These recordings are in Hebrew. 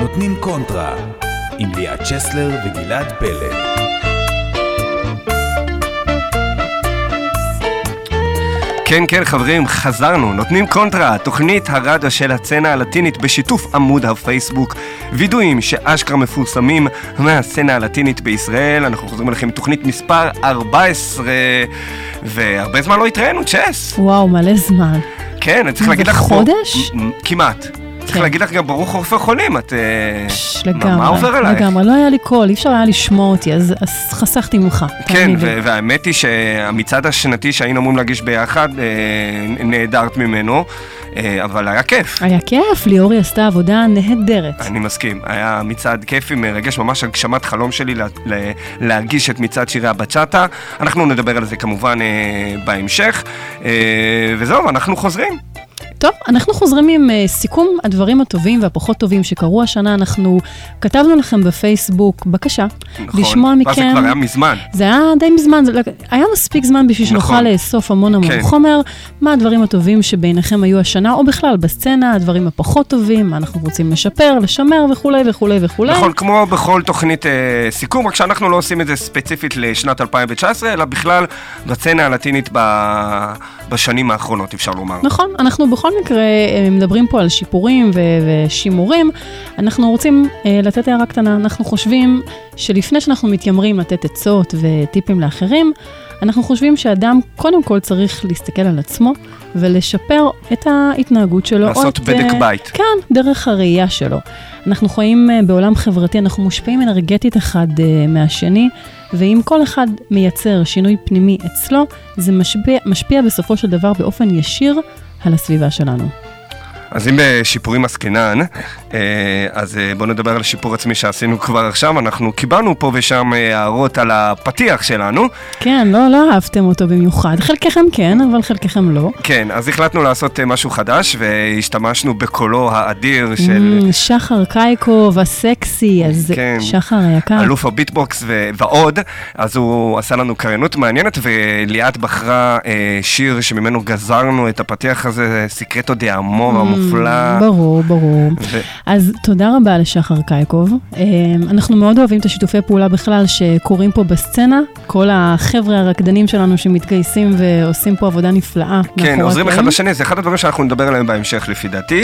נותנים קונטרה עם ליאת צ'סלר וגלעד פלד. כן, כן חברים, חזרנו, נותנים קונטרה, תוכנית הרדיו של הסצנה הלטינית בשיתוף עמוד הפייסבוק, וידועים שאשכרה מפורסמים מהסצנה הלטינית בישראל. אנחנו חוזרים אליכם תוכנית מספר 14, והרבה זמן לא התראינו, צ'ס. וואו, מלא זמן. כן, אני צריך להגיד לך... חודש? כמעט. צריך להגיד לך גם ברוך רופא חולים, את... לגמרי, מה עובר עלייך? לגמרי, לא היה לי קול, אי אפשר היה לשמוע אותי, אז חסכתי ממך. כן, והאמת היא שהמצעד השנתי שהיינו אמורים להגיש ביחד, נהדרת ממנו, אבל היה כיף. היה כיף, ליאורי עשתה עבודה נהדרת. אני מסכים, היה מצעד כיפי, מרגש, ממש הגשמת חלום שלי להרגיש את מצעד שירי הבצ'אטה. אנחנו נדבר על זה כמובן בהמשך, וזהו, אנחנו חוזרים. טוב, אנחנו חוזרים עם סיכום הדברים הטובים והפחות טובים שקרו השנה. אנחנו כתבנו לכם בפייסבוק בקשה, נכון, לשמוע מכם. זה כבר היה מזמן. זה היה די מזמן, היה מספיק זמן בשביל שנוכל לאסוף המון כן. חומר, מה הדברים הטובים שבעיניכם היו השנה, או בכלל בסצנה, הדברים הפחות טובים, מה אנחנו רוצים לשפר, לשמר וכו' וכו' וכו'. נכון, כמו בכל תוכנית סיכום, רק שאנחנו לא עושים את זה ספציפית לשנת 2019, אלא בכלל בסצנה הלטינית בשנים האחרונות, אפשר לומר. נכון, אנחנו בכל מקרה מדברים פה על שיפורים ושימורים. אנחנו רוצים לתת הערה קטנה. אנחנו חושבים שלפני שאנחנו מתיימרים לתת עצות וטיפים לאחרים, אנחנו חושבים שאדם קודם כל צריך להסתכל על עצמו ולשפר את ההתנהגות שלו. לעשות בדק בית. כן, דרך הראייה שלו. אנחנו חיים בעולם חברתי, אנחנו מושפעים אנרגטית אחד מהשני, ואם כל אחד מייצר שינוי פנימי אצלו, זה משפיע בסופו של דבר באופן ישיר על הסביבה שלנו. אז אם בשיפורים עסקינן, אז בואו נדבר על שיפור עצמי שעשינו כבר עכשיו. אנחנו קיבלנו פה ושם הערות על הפתיח שלנו. כן, לא אהבתם אותו במיוחד. חלקכם כן, אבל חלקכם לא. כן, אז החלטנו לעשות משהו חדש, והשתמשנו בקולו האדיר של... שחר קייקוב, הסקסי, אז כן, שחר היקר. אלוף הביטבוקס ועוד, אז הוא עשה לנו קריינות מעניינת, וליאת בחרה שיר שממנו גזרנו את הפתיח הזה, סיקרטו דה אמור המופלא. ברור. אז תודה רבה לשחר קייקוב. אנחנו מאוד אוהבים את השיתופי פעולה בכלל שקורים פה בסצנה. כל החבר'ה הרקדנים שלנו שמתגייסים ועושים פה עבודה נפלאה. כן, עוזרים אחד לשני. זה אחד הדברים שאנחנו נדבר עליהם בהמשך לפי דעתי.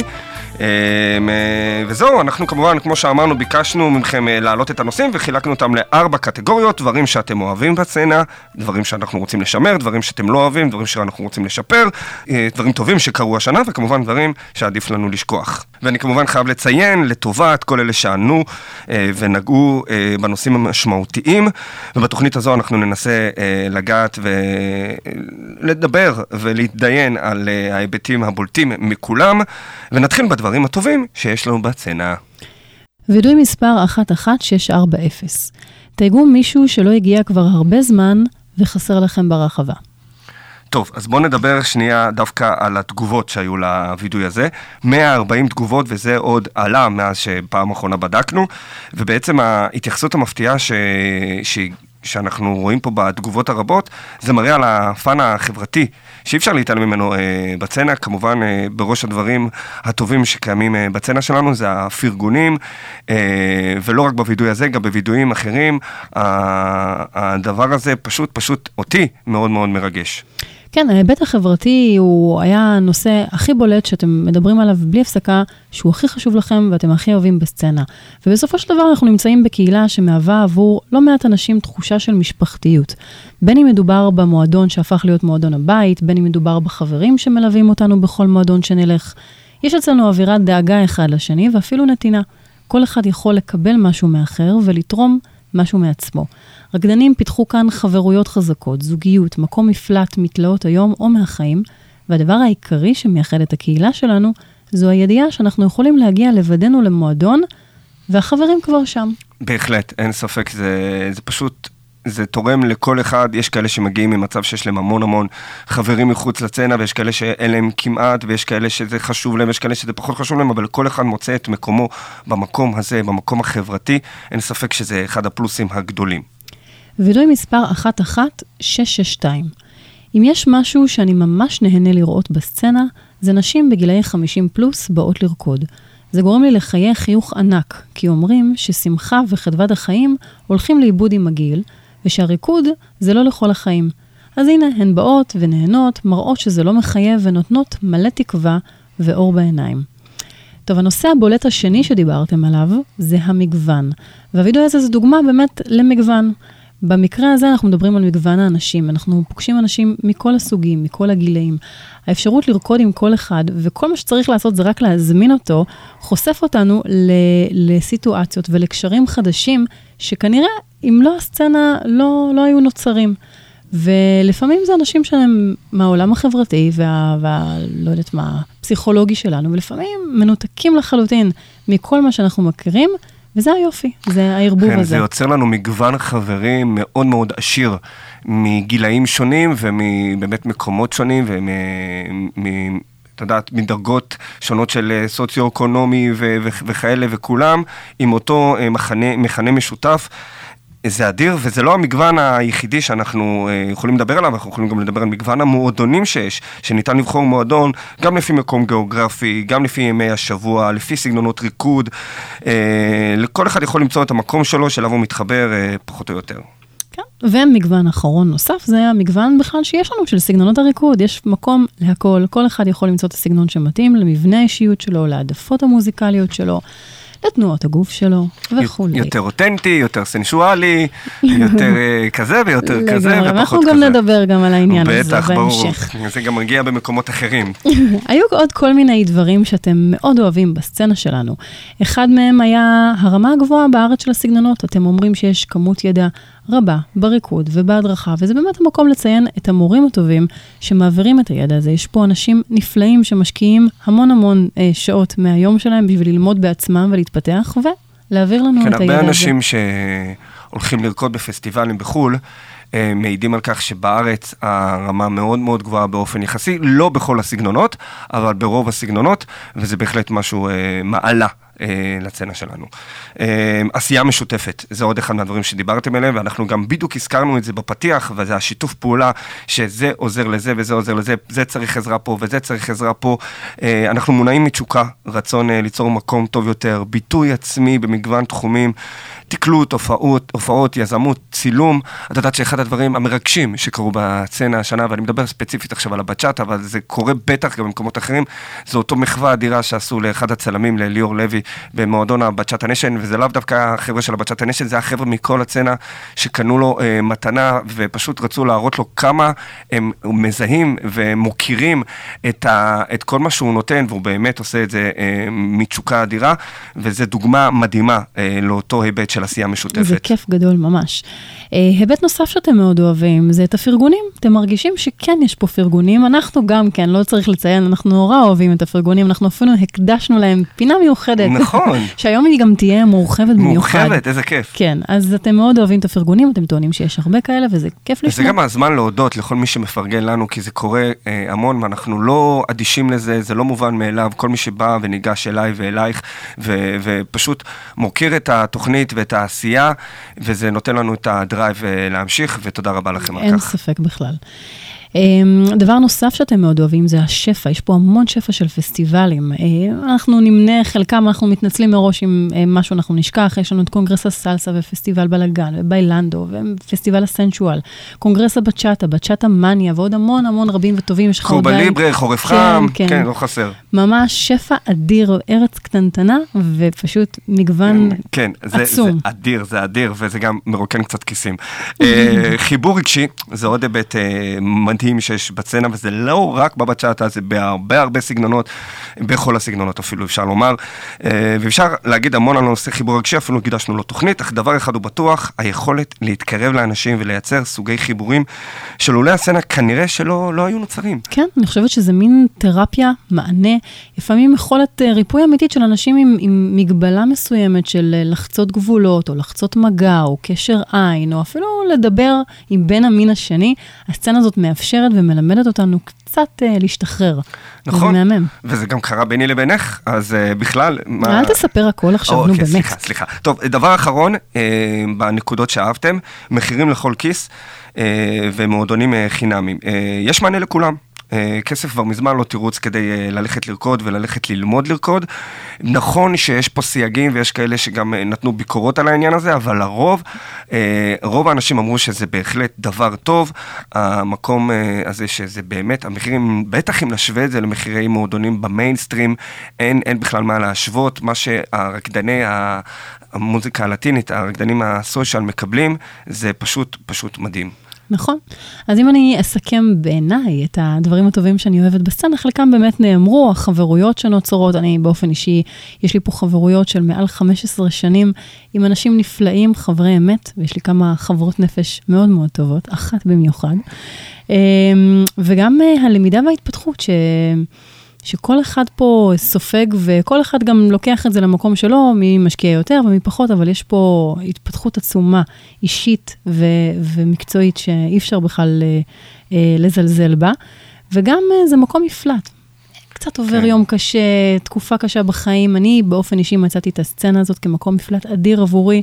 וזהו, אנחנו כמובן, כמו שאמרנו, ביקשנו מכם להעלות את הנושאים וחילקנו אותם ל4 קטגוריות, דברים שאתם אוהבים בסצנה, דברים שאנחנו רוצים לשמר, דברים שאתם לא אוהבים, דברים שאנחנו רוצים לשפר, דברים טובים שקרו השנה, וכמובן דברים שעדיף לנו לשכוח. ואני כמובן חייב לציין לטובת כל אלה שענו ונגעו בנושאים המשמעותיים, ובתוכנית הזו אנחנו ננסה לגעת ולדבר ולהתדיין על ההיבטים הבולטים מכולם, ונתחיל בדברים הטובים שיש לנו בסצנה. וידוי מספר 11640. תייגו מישהו שלא הגיע כבר הרבה זמן וחסר לכם ברחבה. טוב, אז בואו נדבר שנייה דווקא על התגובות שהיו לוידוי הזה. 140 תגובות, וזה עוד עלה מאז שפעם האחרונה בדקנו, ובעצם ההתייחסות המפתיעה שאנחנו רואים פה בתגובות הרבות, זה מראה על הפן החברתי, שאי אפשר להתעלם ממנו בצנה. כמובן, בראש הדברים הטובים שקיימים בצנה שלנו, זה הפרגונים, ולא רק בוידוי הזה, גם בוידויים אחרים. הדבר הזה פשוט אותי מאוד מאוד מרגש. כן, ההיבט החברתי הוא היה הנושא הכי בולט שאתם מדברים עליו בלי הפסקה, שהוא הכי חשוב לכם ואתם הכי אוהבים בסצנה. ובסופו של דבר אנחנו נמצאים בקהילה שמהווה עבור לא מעט אנשים תחושה של משפחתיות. בין אם מדובר במועדון שהפך להיות מועדון הבית, בין אם מדובר בחברים שמלווים אותנו בכל מועדון שנלך. יש אצלנו אווירת דאגה אחד לשני ואפילו נתינה. כל אחד יכול לקבל משהו מאחר ולתרום משהו מעצמו. רקדנים פיתחו כאן חברויות חזקות, זוגיות, מקום מפלט מתלאות היום או מהחיים, והדבר העיקרי שמייחד את הקהילה שלנו, זו הידיעה שאנחנו יכולים להגיע לבדנו למועדון, והחברים כבר שם. בהחלט, אין ספק, זה פשוט, זה תורם לכל אחד. יש כאלה שמגיעים ממצב שיש להם המון חברים מחוץ לצנה, ויש כאלה שאין להם כמעט, ויש כאלה שזה חשוב להם, ויש כאלה שזה פחות חשוב להם, אבל כל אחד מוצא את מקומו במקום הזה, במקום החברתי. אין ספק שזה אחד הפלוסים הגדולים. וידוי מספר 11662. אם יש משהו שאני ממש נהנה לראות בסצנה, זה נשים בגילאי 50 פלוס באות לרקוד. זה גורם לי לחיי חיוך ענק, כי אומרים ששמחה וחדוות החיים הולכים לאיבוד עם הגיל, ושהריקוד זה לא לכל החיים. אז הנה, הן באות ונהנות, מראות שזה לא מחייב ונותנות מלא תקווה ואור בעיניים. טוב, הנושא הבולט השני שדיברתם עליו זה המגוון. והוידאו הזה זה דוגמה באמת למגוון. במקרה הזה אנחנו מדברים על מגוון האנשים. אנחנו פוגשים אנשים מכל הסוגים, מכל הגילאים. האפשרות לרקוד עם כל אחד, וכל מה שצריך לעשות זה רק להזמין אותו, חושף אותנו לסיטואציות ולקשרים חדשים, שכנראה אם לא הסצנה לא היו נוצרים. ולפעמים זה אנשים שהם מהעולם החברתי לא יודעת מה, פסיכולוגי שלנו, ולפעמים מנותקים לחלוטין מכל מה שאנחנו מכירים, וזה היופי, זה הערבוב הזה. זה יוצר לנו מגוון חברים מאוד מאוד עשיר, מגילאים שונים ומבאמת מקומות שונים, אתה יודעת, מדרגות שונות של סוציו-אקונומי וכאלה וכולם, עם אותו מכנה משותף. זה אדיר, וזה לא המגוון היחידי שאנחנו יכולים לדבר עליו, אנחנו יכולים גם לדבר על מגוון המועדונים שיש, שניתן לבחור מועדון, גם לפי מקום גיאוגרפי, גם לפי ימי השבוע, לפי סגנונות ריקוד, לכל אחד יכול למצוא את המקום שלו, שאליו הוא מתחבר פחות או יותר. כן, ומגוון אחרון נוסף, זה המגוון בכלל שיש לנו של סגנונות הריקוד, יש מקום להכל, כל אחד יכול למצוא את הסגנון שמתאים, למבנה האישיות שלו, להעדפות המוזיקליות שלו, לתנועות הגוף שלו וכו'. יותר אותנטי, יותר סנשואלי, יותר כזה ויותר כזה ופחות כזה. אנחנו גם נדבר גם על העניין הזה בהמשך. ברור, זה גם מגיע במקומות אחרים. היו עוד כל מיני דברים שאתם מאוד אוהבים בסצנה שלנו. אחד מהם היה הרמה הגבוהה בארץ של הסגנונות. אתם אומרים שיש כמות ידע רבה בריקוד ובהדרכה, וזה באמת המקום לציין את המורים הטובים שמעבירים את הידע הזה. יש פה אנשים נפלאים שמשקיעים המון שעות מהיום שלהם בשביל ללמוד בעצמם ולהתפתח ולהעביר לנו את הידע הזה. כן, הרבה אנשים שהולכים לרקוד בפסטיבלים בחול, מעידים על כך שבארץ הרמה מאוד מאוד גבוהה באופן יחסי, לא בכל הסגנונות, אבל ברוב הסגנונות, וזה בהחלט משהו מעלה לצנה שלנו. עשייה משותפת, זה עוד אחד מהדברים שדיברתם עליהם, ואנחנו גם בדיוק הזכרנו את זה בפתיח, וזה השיתוף פעולה, שזה עוזר לזה וזה עוזר לזה, זה צריך עזרה פה וזה צריך עזרה פה. אנחנו מונעים מתשוקה, רצון ליצור מקום טוב יותר, ביטוי עצמי במגוון תחומים, תקלות, הופעות, יזמות, צילום. את יודעת שאחד הדברים המרגשים שקרו בצנה השנה, ואני מדבר ספציפית עכשיו על הבצ'אטה, אבל זה קורה בטח גם במקומות אחרים, זה אותו מחווה אדירה שעשו לאחד הצלמים, לליאור לוי, במועדון הבצ'אטה ניישן, וזה לאו דווקא החבר'ה של הבצ'אטה ניישן, זה החבר'ה מכל הצנה שקנו לו מתנה, ופשוט רצו להראות לו כמה הם מזהים ומוכירים את כל מה שהוא נותן, והוא באמת עושה את זה מתשוקה אדירה, וזה דוגמה מדהימה לאותו היבט של עשייה משותפת. זה כיף גדול ממש. היבט נוסף שאתם מאוד אוהבים, זה את הפרגונים. אתם מרגישים שכן יש פה פרגונים, אנחנו גם כן, לא צריך לציין, אנחנו נורא אוהבים את הפרגונים, אנחנו אפילו הקדשנו להם פינה מיוחדת. נכון. שהיום היא גם תהיה מורחבת במיוחד. מורחבת, איזה כיף. כן, אז אתם מאוד אוהבים את הפרגונים, אתם טוענים שיש הרבה כאלה, וזה כיף לשמוע. וזה גם הזמן להודות לכל מי שמפרגן לנו, כי זה קורה המון, ואנחנו לא אדישים לזה, זה לא מובן מאליו, כל מי שבא וניגש אליי ואלייך, ופשוט מוקיר את התוכנית ואת העשייה, וזה נותן לנו את הדרייב להמשיך, ותודה רבה לכם על כך. אין ספק בכלל. דבר נוסף שאתם מאוד אוהבים זה השפע, יש פה המון שפע של פסטיבלים, אנחנו נמנה חלקם, אנחנו מתנצלים מראש עם משהו אנחנו נשכח, יש לנו את קונגרס הסלסה ופסטיבל בלגן וביילנדו ופסטיבל הסנשואל, קונגרס הבצ'אטה, בצ'אטה מניה ועוד המון רבים וטובים, יש לך עוד ליברה, חורף חם, כן, לא חסר. ממש שפע אדיר, ארץ קטנטנה ופשוט מגוון עצום. כן, זה אדיר וזה גם מרוקן קצת כיסים. חיבור רגשי, זה עוד היבט מדהים שיש בצנה, וזה לא רק בבצ'אטה, זה בהרבה סגנונות, בכל הסגנונות אפילו אפשר לומר, ואפשר להגיד המון על נושא חיבור רגשי, אפילו קידשנו לו תוכנית, אך דבר אחד הוא בטוח, היכולת להתקרב לאנשים ולייצר סוגי חיבורים שלולא הסצנה כנראה שלא היו נוצרים. כן, אני חושבת שזה מין תרפיה, מענה, לפעמים יכולת ריפוי אמיתית של אנשים עם מגבלה מסוימת של לחצות גבולות, או לחצות מגע, או קשר עין, או אפילו לדבר עם בן המין השני, הסצנה הזאת מאפשרת ומלמדת אותנו קצת להשתחרר. נכון, וזה גם קרה ביני לבינך, אז בכלל... אל תספר הכל עכשיו, נו באמת. סליחה. טוב, דבר אחרון, בנקודות שאהבתם, מחירים לכל כיס ומועדונים חינמים. יש מענה לכולם. כסף כבר מזמן לא תירוץ כדי ללכת לרקוד וללכת ללמוד לרקוד. נכון שיש פה סייגים ויש כאלה שגם נתנו ביקורות על העניין הזה, אבל לרוב, רוב האנשים אמרו שזה בהחלט דבר טוב, המקום הזה שזה באמת, המחירים, בטח אם נשווה את זה למחירי מועדונים במיינסטרים, אין בכלל מה להשוות, מה שהרקדני המוזיקה הלטינית, הרקדנים הסושיאל מקבלים, זה פשוט מדהים. נכון. אז אם אני אסכם בעיניי את הדברים הטובים שאני אוהבת בסצנה, חלקם באמת נאמרו, החברויות שנוצרות, אני באופן אישי, יש לי פה חברויות של מעל 15 שנים, עם אנשים נפלאים, חברי אמת, ויש לי כמה חברות נפש מאוד מאוד טובות, אחת במיוחד. וגם הלמידה וההתפתחות שכל אחד פה סופג, וכל אחד גם לוקח את זה למקום שלו, מי משקיע יותר ומי פחות, אבל יש פה התפתחות עצומה, אישית ומקצועית, שאי אפשר בכלל לזלזל בה, וגם זה מקום מפלט. קצת עובר יום קשה, תקופה קשה בחיים, אני באופן אישי מצאתי את הסצנה הזאת כמקום מפלט אדיר עבורי,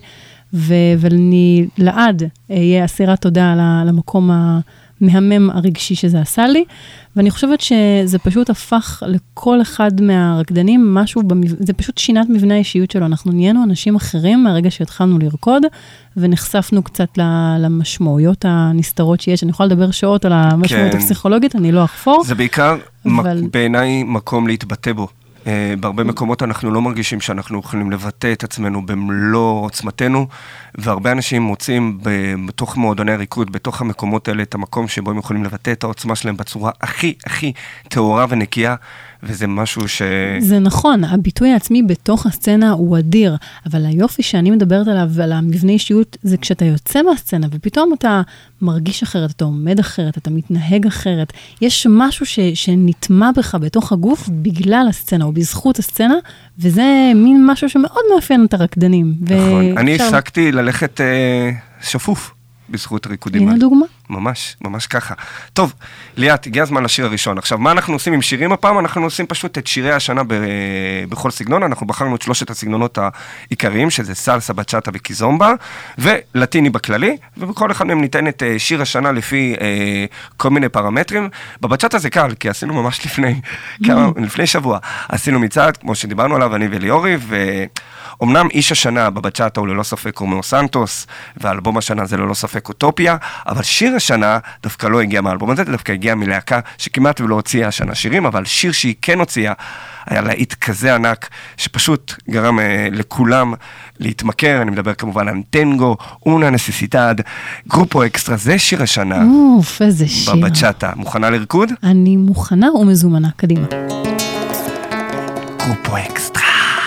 ואני לעד אהיה אסירת תודה למקום מהמם הרגשי שזה עשה לי, ואני חושבת שזה פשוט הפך לכל אחד מהרקדנים משהו, זה פשוט שינת מבנה האישיות שלו, אנחנו נהיינו אנשים אחרים מהרגע שהתחלנו לרקוד, ונחשפנו קצת למשמעויות הנסתרות שיש, אני יכולה לדבר שעות על המשמעות הפסיכולוגית, אני לא אחפור. זה בעיקר בעיניי מקום להתבטא בו. בהרבה מקומות אנחנו לא מרגישים שאנחנו יכולים לבטא את עצמנו במלוא עוצמתנו, והרבה אנשים מוצאים בתוך מועדוני הריקוד, בתוך המקומות האלה, את המקום שבו הם יכולים לבטא את העוצמה שלהם בצורה הכי טהורה ונקייה, וזה משהו זה נכון, הביטוי העצמי בתוך הסצנה הוא אדיר, אבל היופי שאני מדברת עליו ועל המבנה אישיות, זה כשאתה יוצא מהסצנה, ופתאום אתה מרגיש אחרת, אתה עומד אחרת, אתה מתנהג אחרת, יש משהו שנטמע בך בתוך הגוף בגלל הסצנה, או בזכות הסצנה, וזה מין משהו שמאוד מאפיין את הרקדנים. נכון, אני הפסקתי ללכת שפוף. בזכות ריקודים. הנה דוגמה. ממש ככה. טוב, ליאת, הגיע הזמן לשיר הראשון. עכשיו, מה אנחנו עושים עם שירים הפעם? אנחנו עושים פשוט את שירי השנה בכל סגנון. אנחנו בחרנו את 3 הסגנונות העיקריים, שזה סלסה, בצ'אטה וקיזומבה, ולטיני בכללי, ובכל אחד מהם ניתן את שיר השנה לפי כל מיני פרמטרים. בבצ'אטה זה קל, כי עשינו ממש לפני שבוע. עשינו מצעד, כמו שדיברנו עליו, אני וליאורי, אמנם איש השנה בבצ'אטה הוא ללא ספק רומאו סנטוס, ואלבום השנה זה ללא ספק אוטופיה, אבל שיר השנה דווקא לא הגיע מהאלבום הזה, דווקא הגיע מלהקה שכמעט ולא הוציאה השנה שירים, אבל שיר שהיא כן הוציאה, היה להיט כזה ענק, שפשוט גרם לכולם להתמכר, אני מדבר כמובן על טנגו, אונה נסיסיטד, גרופו אקסטרה, זה שיר השנה. איזה שיר. בבצ'אטה. מוכנה לרקוד? אני מוכנה ומזומנה, קדימה. גרופו אקסטרה.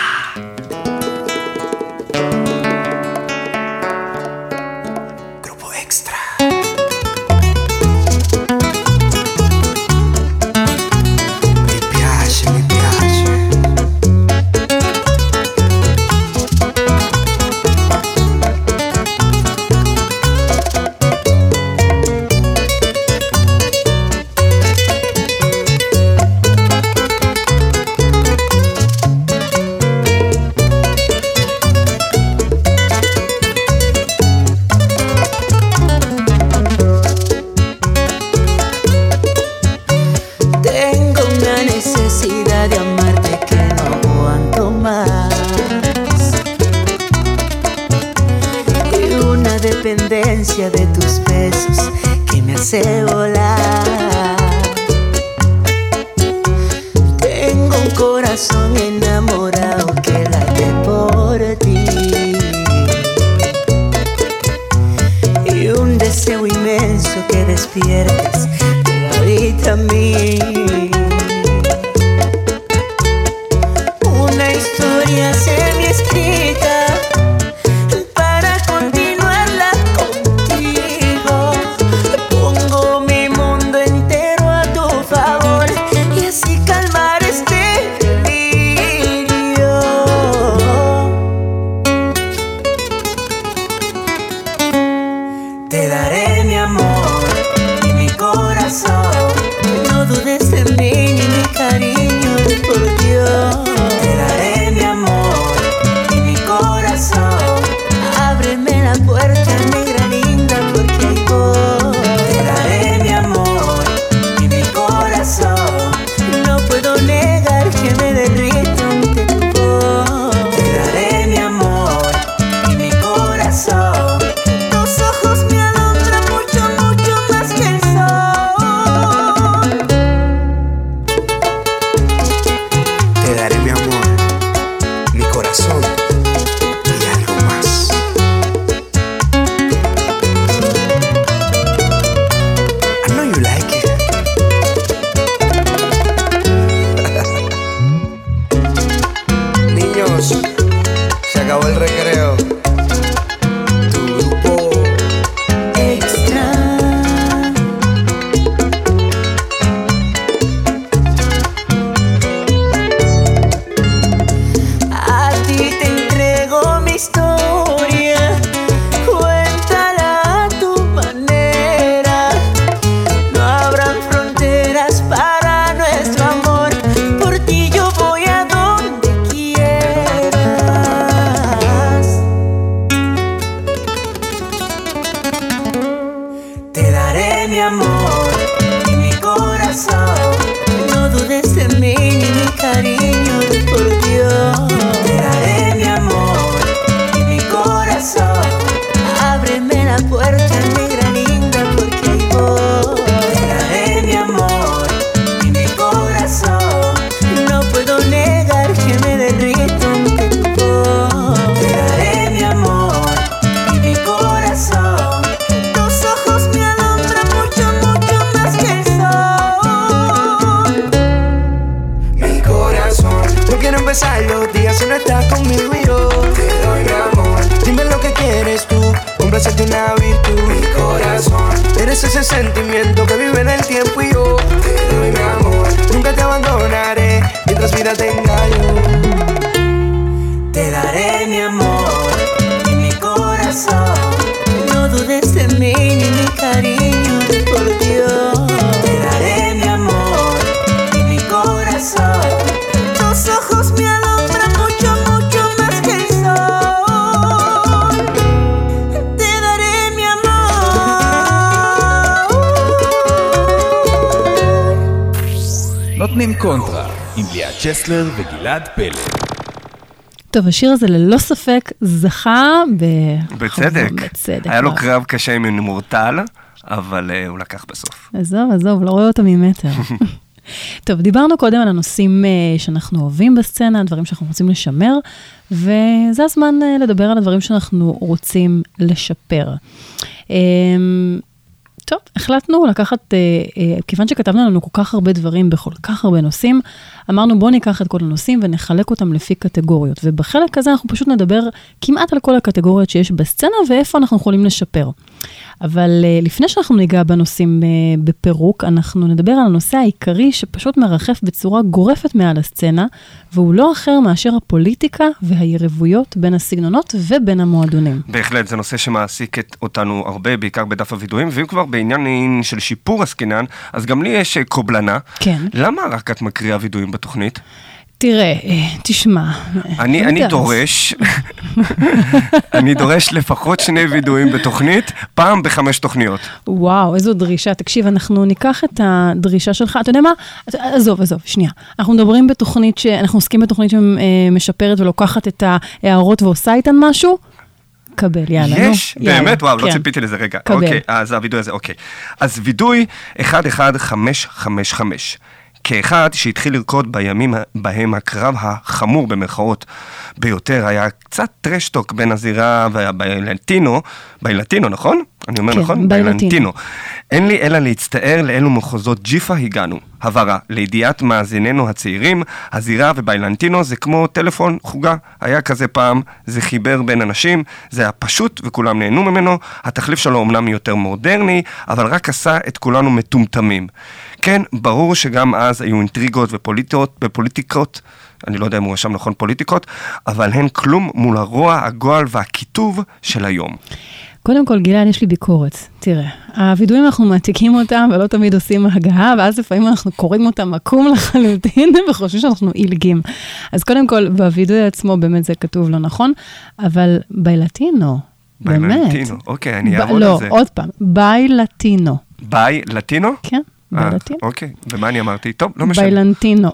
De tus besos que me hace volar. Tengo un corazón enamorado que late por ti y un deseo inmenso que despiertes que habita en mí. Una historia semi-escrita Te daré mi amor y mi corazón. No dudes no estás conmigo y yo te doy mi amor. Dime lo que quieres tú, complacerte una virtud. Mi corazón, eres ese sentimiento que vive en el tiempo y yo te doy mi amor. Nunca te abandonaré mientras vida tenga yo. Te daré mi amor y mi corazón. No dudes de mí ni mi cariño, por Dios. Te daré mi amor y mi corazón. Tus ojos me alumbran mucho, mucho más que el sol. Te daré mi amor. נותנים קונטרה עם ליאת צ'סלר וגלעד פלד. טוב, השיר הזה ללא ספק זכה בצדק. בצדק. היה לו קרב קשה עם מורטל, אבל הוא לקח בסוף. עזוב, לא רואה אותו ממטר. טוב, דיברנו קודם על הנושאים שאנחנו אוהבים בסצנה, הדברים שאנחנו רוצים לשמר, וזה הזמן לדבר על הדברים שאנחנו רוצים לשפר. טוב, החלטנו לקחת, כיוון שכתבנו לנו כל כך הרבה דברים בכל כך הרבה נושאים, אמרנו בוא ניקח את כל הנושאים ונחלק אותם לפי קטגוריות, ובחלק הזה אנחנו פשוט נדבר כמעט על כל הקטגוריות שיש בסצנה, ואיפה אנחנו יכולים לשפר. אבל לפני שאנחנו ניגע בנושאים בפירוק, אנחנו נדבר על הנושא העיקרי שפשוט מרחף בצורה גורפת מעל הסצנה, והוא לא אחר מאשר הפוליטיקה והיריבויות בין הסגנונות ובין המועדונים. בהחלט, זה נושא שמעסיק אותנו הרבה, בעיקר בדף הוידועים, ואם כבר בעניין של שיפור הסקינן, אז גם לי יש קובלנה. כן. למה רק את מקריאה וידועים בתוכנית? תראה, תשמע. אני דורש לפחות 2 וידועים בתוכנית, פעם ב5 תוכניות. וואו, איזו דרישה. תקשיב, אנחנו ניקח את הדרישה שלך. אתה יודע מה? עזוב, שנייה. אנחנו מדברים בתוכנית אנחנו עוסקים בתוכנית שמשפרת ולוקחת את ההערות ועושה איתן משהו. קבל, יאללה. יש? באמת? וואו, לא ציפיתי לזה רגע. אוקיי, אז הוידוי הזה, אוקיי. אז וידוי 11555. כאחד שהתחיל לרקוד בימים בהם הקרב החמור במרכאות ביותר, היה קצת טרשטוק בין הזירה והבילנטינו, נכון? אני אומר נכון? בילנטינו. אין לי אלא להצטער לאלו מחוזות ג'יפה הגענו. הברה, לידיעת מאזיננו הצעירים, הזירה ובילנטינו זה כמו טלפון חוגה. היה כזה פעם, זה חיבר בין אנשים, זה היה פשוט וכולם נהנו ממנו. התחליף שלו אומנם יותר מודרני, אבל רק עשה את כולנו מטומטמים. כן, ברור שגם אז היו אינטריגות ופוליטיקות, אני לא יודע אם הוא רשם נכון פוליטיקות, אבל הן כלום מול הרוע, הגועל והכיתוב של היום. קודם כל, גלעד, יש לי ביקורת. תראה, הוידועים אנחנו מעתיקים אותם, ולא תמיד עושים הגעה, ואז לפעמים אנחנו קוראים אותם עקום לחלוטין, וחושבים שאנחנו אילגים. אז קודם כל, בוידוי עצמו באמת זה כתוב לא נכון, אבל בילטינו, באמת. בילטינו, אוקיי, אני אעבוד על זה. לא, עוד פעם, בילטינו. בילטינו? כן. בילנטינו. אוקיי, ומה אני אמרתי? טוב, לא משנה. בילנטינו.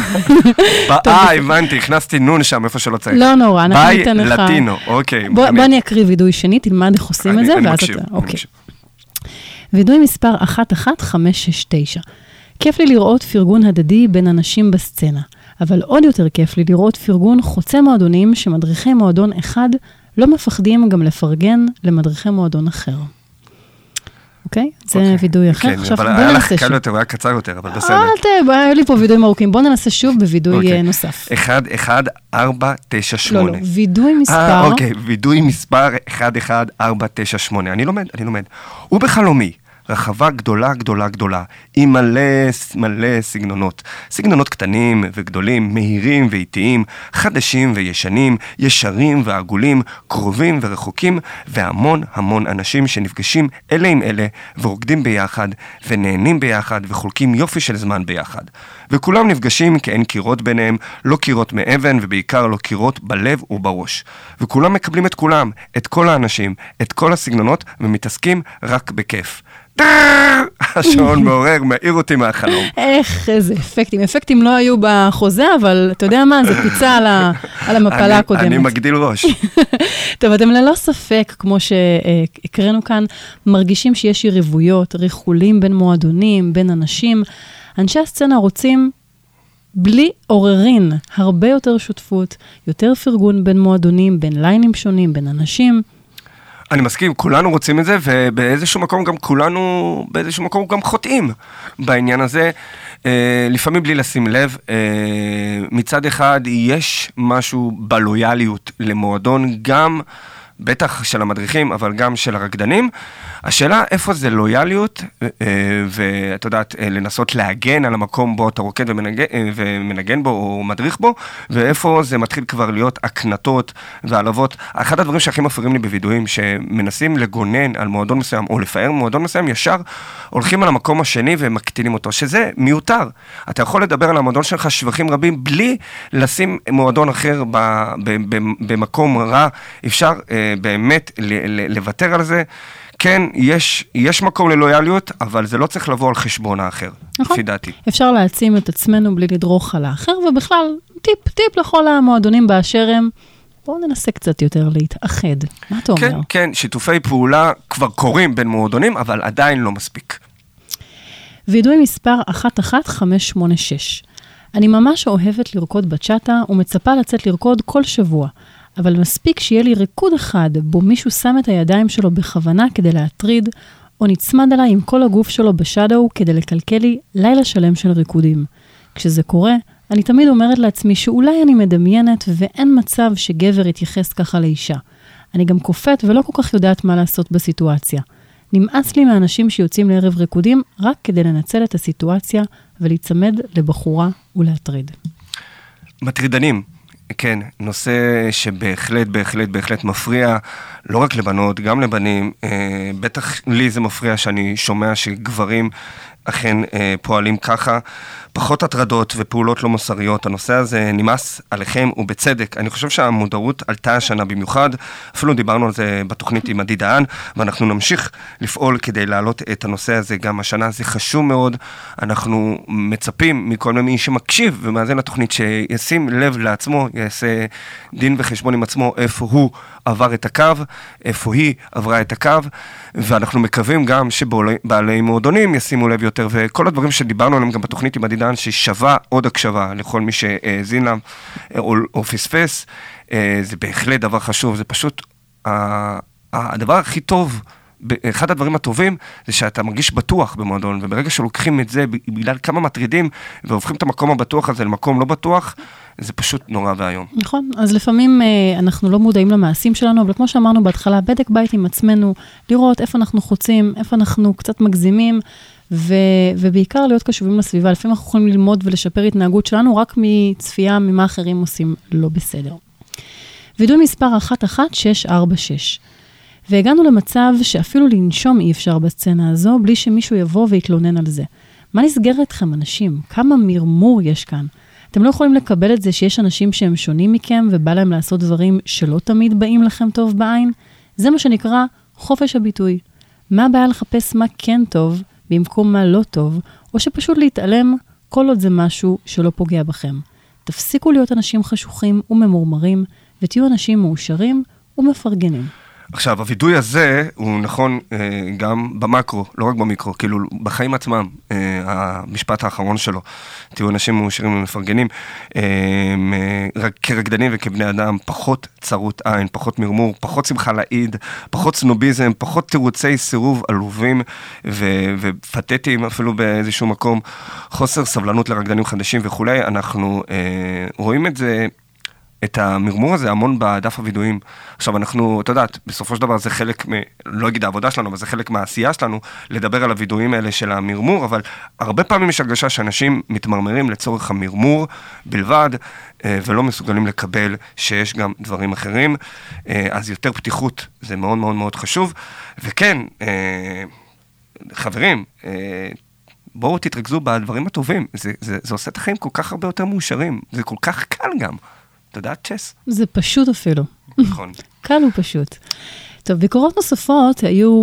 הבנתי, הכנסתי נון שם איפה שלא צריך. לא נורא, אנחנו ניתן לך. בילנטינו, אוקיי. בוא אני אקריא וידוי שני, תלמד איך עושים את זה, ואז אתה... אוקיי. וידוי מספר 11569. כיף לי לראות פרגון הדדי בין אנשים בסצנה, אבל עוד יותר כיף לי לראות פרגון חוצה מועדונים שמדריכי מועדון אחד לא מפחדים גם לפרגן למדריכי מועדון אחר. אוקיי? זה וידוי אחר. כן, אבל היה לך קל יותר, היה קצר יותר, אבל בסדר. היה לי פה וידויים ארוכים. בואו ננסה שוב בוידוי נוסף. 11498. לא, וידוי מספר... אוקיי, וידוי מספר 11498. אני לומד. הוא בחלומי. רחבה גדולה, עם מלא סגנונות. סגנונות קטנים וגדולים, מהירים ואיטיים, חדשים וישנים, ישרים ועגולים, קרובים ורחוקים, והמון אנשים שנפגשים אלה עם אלה, ורוקדים ביחד, ונהנים ביחד, וחולקים יופי של זמן ביחד. וכולם נפגשים כי אין קירות ביניהם, לא קירות מאבן, ובעיקר לא קירות בלב ובראש. וכולם מקבלים את כולם, את כל האנשים, את כל הסגנונות, ומתעסקים רק בכיף. השעון מעורר, מעיר אותי מהחלום. איזה אפקטים. אפקטים לא היו בחוזה, אבל אתה יודע מה, זה פיצה על המפלה הקודמת. אני מגדיל ראש. טוב, אתם ללא ספק, כמו שהקראנו כאן, מרגישים שיש יריבויות, ריחולים בין מועדונים, בין אנשים. אנשי הסצנה רוצים, בלי עוררין, הרבה יותר שותפות, יותר פרגון בין מועדונים, בין ליינים שונים, בין אנשים. אני מסכים, כולנו רוצים את זה, ובאיזשהו מקום גם כולנו, באיזשהו מקום גם חוטאים בעניין הזה. לפעמים בלי לשים לב, מצד אחד יש משהו בלויאליות למועדון, גם בטח של המדריכים, אבל גם של הרקדנים. השאלה איפה זה לויאליות, ואת יודעת, לנסות להגן על המקום בו אתה רוקד ומנגן בו או מדריך בו, ואיפה זה מתחיל כבר להיות הקנטות ועלבות. אחד הדברים שהכי מפריעים לי בווידואים, שמנסים לגונן על מועדון מסוים, או לפאר מועדון מסוים, ישר הולכים על המקום השני ומקטינים אותו, שזה מיותר. אתה יכול לדבר על המועדון שלך שבחים רבים, בלי לשים מועדון אחר במקום רע. אפשר באמת לוותר על זה. כן, יש מקום ללויאליות, אבל זה לא צריך לבוא על חשבון האחר, לפי דעתי. אפשר להעצים את עצמנו בלי לדרוך על האחר, ובכלל, טיפ לכל המועדונים באשר הם, בואו ננסה קצת יותר להתאחד. מה אתה אומר? כן, שיתופי פעולה כבר קורים בין מועדונים, אבל עדיין לא מספיק. וידוי מספר 11586. אני ממש אוהבת לרקוד בצ'אטה, ומצפה לצאת לרקוד כל שבוע. אבל מספיק שיהיה לי ריקוד אחד, בו מישהו שם את הידיים שלו בכוונה כדי להטריד, או נצמד עליי עם כל הגוף שלו בשאדו כדי לקלקל לי לילה שלם של ריקודים. כשזה קורה, אני תמיד אומרת לעצמי שאולי אני מדמיינת ואין מצב שגבר יתייחס ככה לאישה. אני גם קופאת ולא כל כך יודעת מה לעשות בסיטואציה. נמאס לי מאנשים שיוצאים לערב ריקודים רק כדי לנצל את הסיטואציה ולהצמד לבחורה ולהטריד. מטרידנים. כן, נושא שבהחלט מפריע, לא רק לבנות, גם לבנים. בטח לי זה מפריע שאני שומע שגברים אכן פועלים ככה. פחות הטרדות ופעולות לא מוסריות. הנושא הזה נמאס עליכם ובצדק. אני חושב שהמודעות עלתה השנה במיוחד. אפילו דיברנו על זה בתוכנית עם עדי דהן, ואנחנו נמשיך לפעול כדי להעלות את הנושא הזה גם השנה. זה חשוב מאוד. אנחנו מצפים מכל מי שמקשיב ומאזין לתוכנית שישים לב לעצמו, יעשה דין וחשבון עם עצמו איפה הוא עבר את הקו, איפה היא עברה את הקו, ואנחנו מקווים גם שבעלי מועדונים ישימו לב יותר, וכל הדברים שדיברנו עליהם גם בתוכנית עם עדי דהן, ששווה עוד הקשבה לכל מי שהאזין להם או פספס, זה בהחלט דבר חשוב, זה פשוט הדבר הכי טוב, אחד הדברים הטובים זה שאתה מרגיש בטוח במועדון, וברגע שלוקחים את זה בגלל כמה מטרידים, והופכים את המקום הבטוח הזה למקום לא בטוח, זה פשוט נורא והיום. נכון, אז לפעמים אנחנו לא מודעים למעשים שלנו, אבל כמו שאמרנו בהתחלה, בדק בית עם עצמנו, לראות איפה אנחנו חוצים, איפה אנחנו קצת מגזימים, ובעיקר להיות קשובים לסביבה. לפעמים אנחנו יכולים ללמוד ולשפר התנהגות שלנו, רק מצפייה ממה אחרים עושים לא בסדר. וידוי מספר 11646. והגענו למצב שאפילו לנשום אי אפשר בסצנה הזו, בלי שמישהו יבוא ויתלונן על זה. מה נסגר אתכם אנשים? כמה מרמור יש כאן? אתם לא יכולים לקבל את זה שיש אנשים שהם שונים מכם, ובא להם לעשות דברים שלא תמיד באים לכם טוב בעין? זה מה שנקרא חופש הביטוי. מה הבעיה לחפש מה כן טוב, במקום מה לא טוב, או שפשוט להתעלם כל עוד זה משהו שלא פוגע בכם. תפסיקו להיות אנשים חשוכים וממורמרים, ותהיו אנשים מאושרים ומפרגנים. עכשיו, הווידוי הזה הוא נכון גם במקרו, לא רק במיקרו, כאילו בחיים עצמם, המשפט האחרון שלו, תהיו אנשים מאושרים ומפרגנים, כרקדנים וכבני אדם, פחות צרות עין, פחות מרמור, פחות שמחה לעיד, פחות סנוביזם, פחות תירוצי סירוב עלובים ופתטיים אפילו באיזשהו מקום, חוסר סבלנות לרקדנים חדשים וכו'. אנחנו רואים את זה, את המרמור הזה המון בדף הוידועים. עכשיו אנחנו, אתה יודעת, בסופו של דבר זה חלק, לא אגיד העבודה שלנו, אבל זה חלק מהעשייה שלנו, לדבר על הוידועים האלה של המרמור, אבל הרבה פעמים יש הרגשה שאנשים מתמרמרים לצורך המרמור בלבד, ולא מסוגלים לקבל שיש גם דברים אחרים, אז יותר פתיחות זה מאוד מאוד מאוד חשוב, וכן, חברים, בואו תתרכזו בדברים הטובים, זה עושה את החיים כל כך הרבה יותר מאושרים, זה כל כך קל גם. אתה יודעת, צ'ס? זה פשוט אפילו. נכון. קל ופשוט. טוב, ביקורות נוספות היו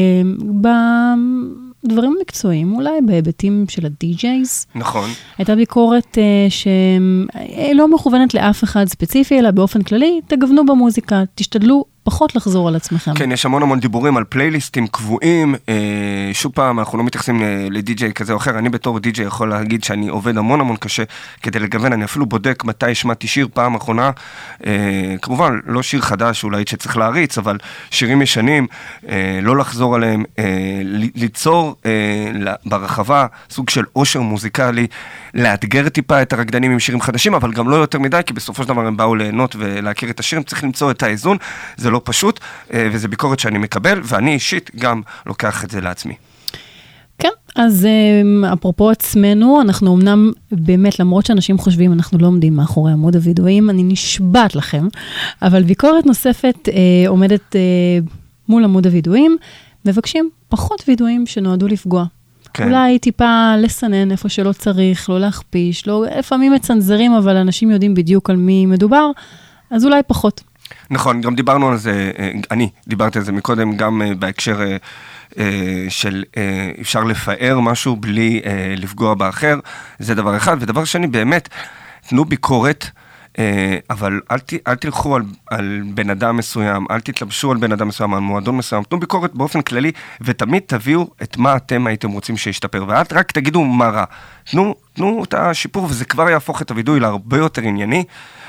בדברים מקצועיים, אולי בהיבטים של הדי-ג'ייז. נכון. הייתה ביקורת שלא מכוונת לאף אחד ספציפי, אלא באופן כללי, תגוונו במוזיקה, תשתדלו פחות לחזור על עצמכם. כן, יש המון דיבורים על פלייליסטים קבועים, שוב פעם, אנחנו לא מתייחסים לדי-ג'יי כזה או אחר, אני בתור די-ג'יי יכול להגיד שאני עובד המון קשה כדי לגוון, אני אפילו בודק מתי השמעתי שיר פעם אחרונה, כמובן, לא שיר חדש אולי שצריך להריץ, אבל שירים ישנים, לא לחזור עליהם, ליצור ברחבה סוג של עושר מוזיקלי, לאתגר טיפה את הרקדנים עם שירים חדשים, אבל גם לא יותר מדי, כי בסופו של דבר הם באו ליהנות ולהכיר את השירים, צריך למצוא את האיזון, זה לא פשוט, וזה ביקורת שאני מקבל, ואני אישית גם לוקח את זה לעצמי. כן, אז אפרופו עצמנו, אנחנו אמנם באמת, למרות שאנשים חושבים, אנחנו לא עומדים מאחורי עמוד הוידאוים, אני נשבעת לכם, אבל ביקורת נוספת עומדת מול עמוד הוידאוים, מבקשים פחות וידאוים שנועדו לפגוע. כן. אולי טיפה לסנן איפה שלא צריך, לא להכפיש, לא, לפעמים מצנזרים, אבל אנשים יודעים בדיוק על מי מדובר, אז אולי פחות. נכון, גם דיברנו על זה, אני דיברתי על זה מקודם, גם בהקשר של אפשר לפאר משהו בלי לפגוע באחר, זה דבר אחד, ודבר שני, באמת, תנו ביקורת, אבל אל תלכו על בן אדם מסוים, אל תתלבשו על בן אדם מסוים, על מועדון מסוים, תנו ביקורת באופן כללי, ותמיד תביאו את מה אתם הייתם רוצים שישתפר, ואל רק תגידו מה רע, תנו את השיפור, וזה כבר יהפוך את הוידוי להרבה יותר ענייני,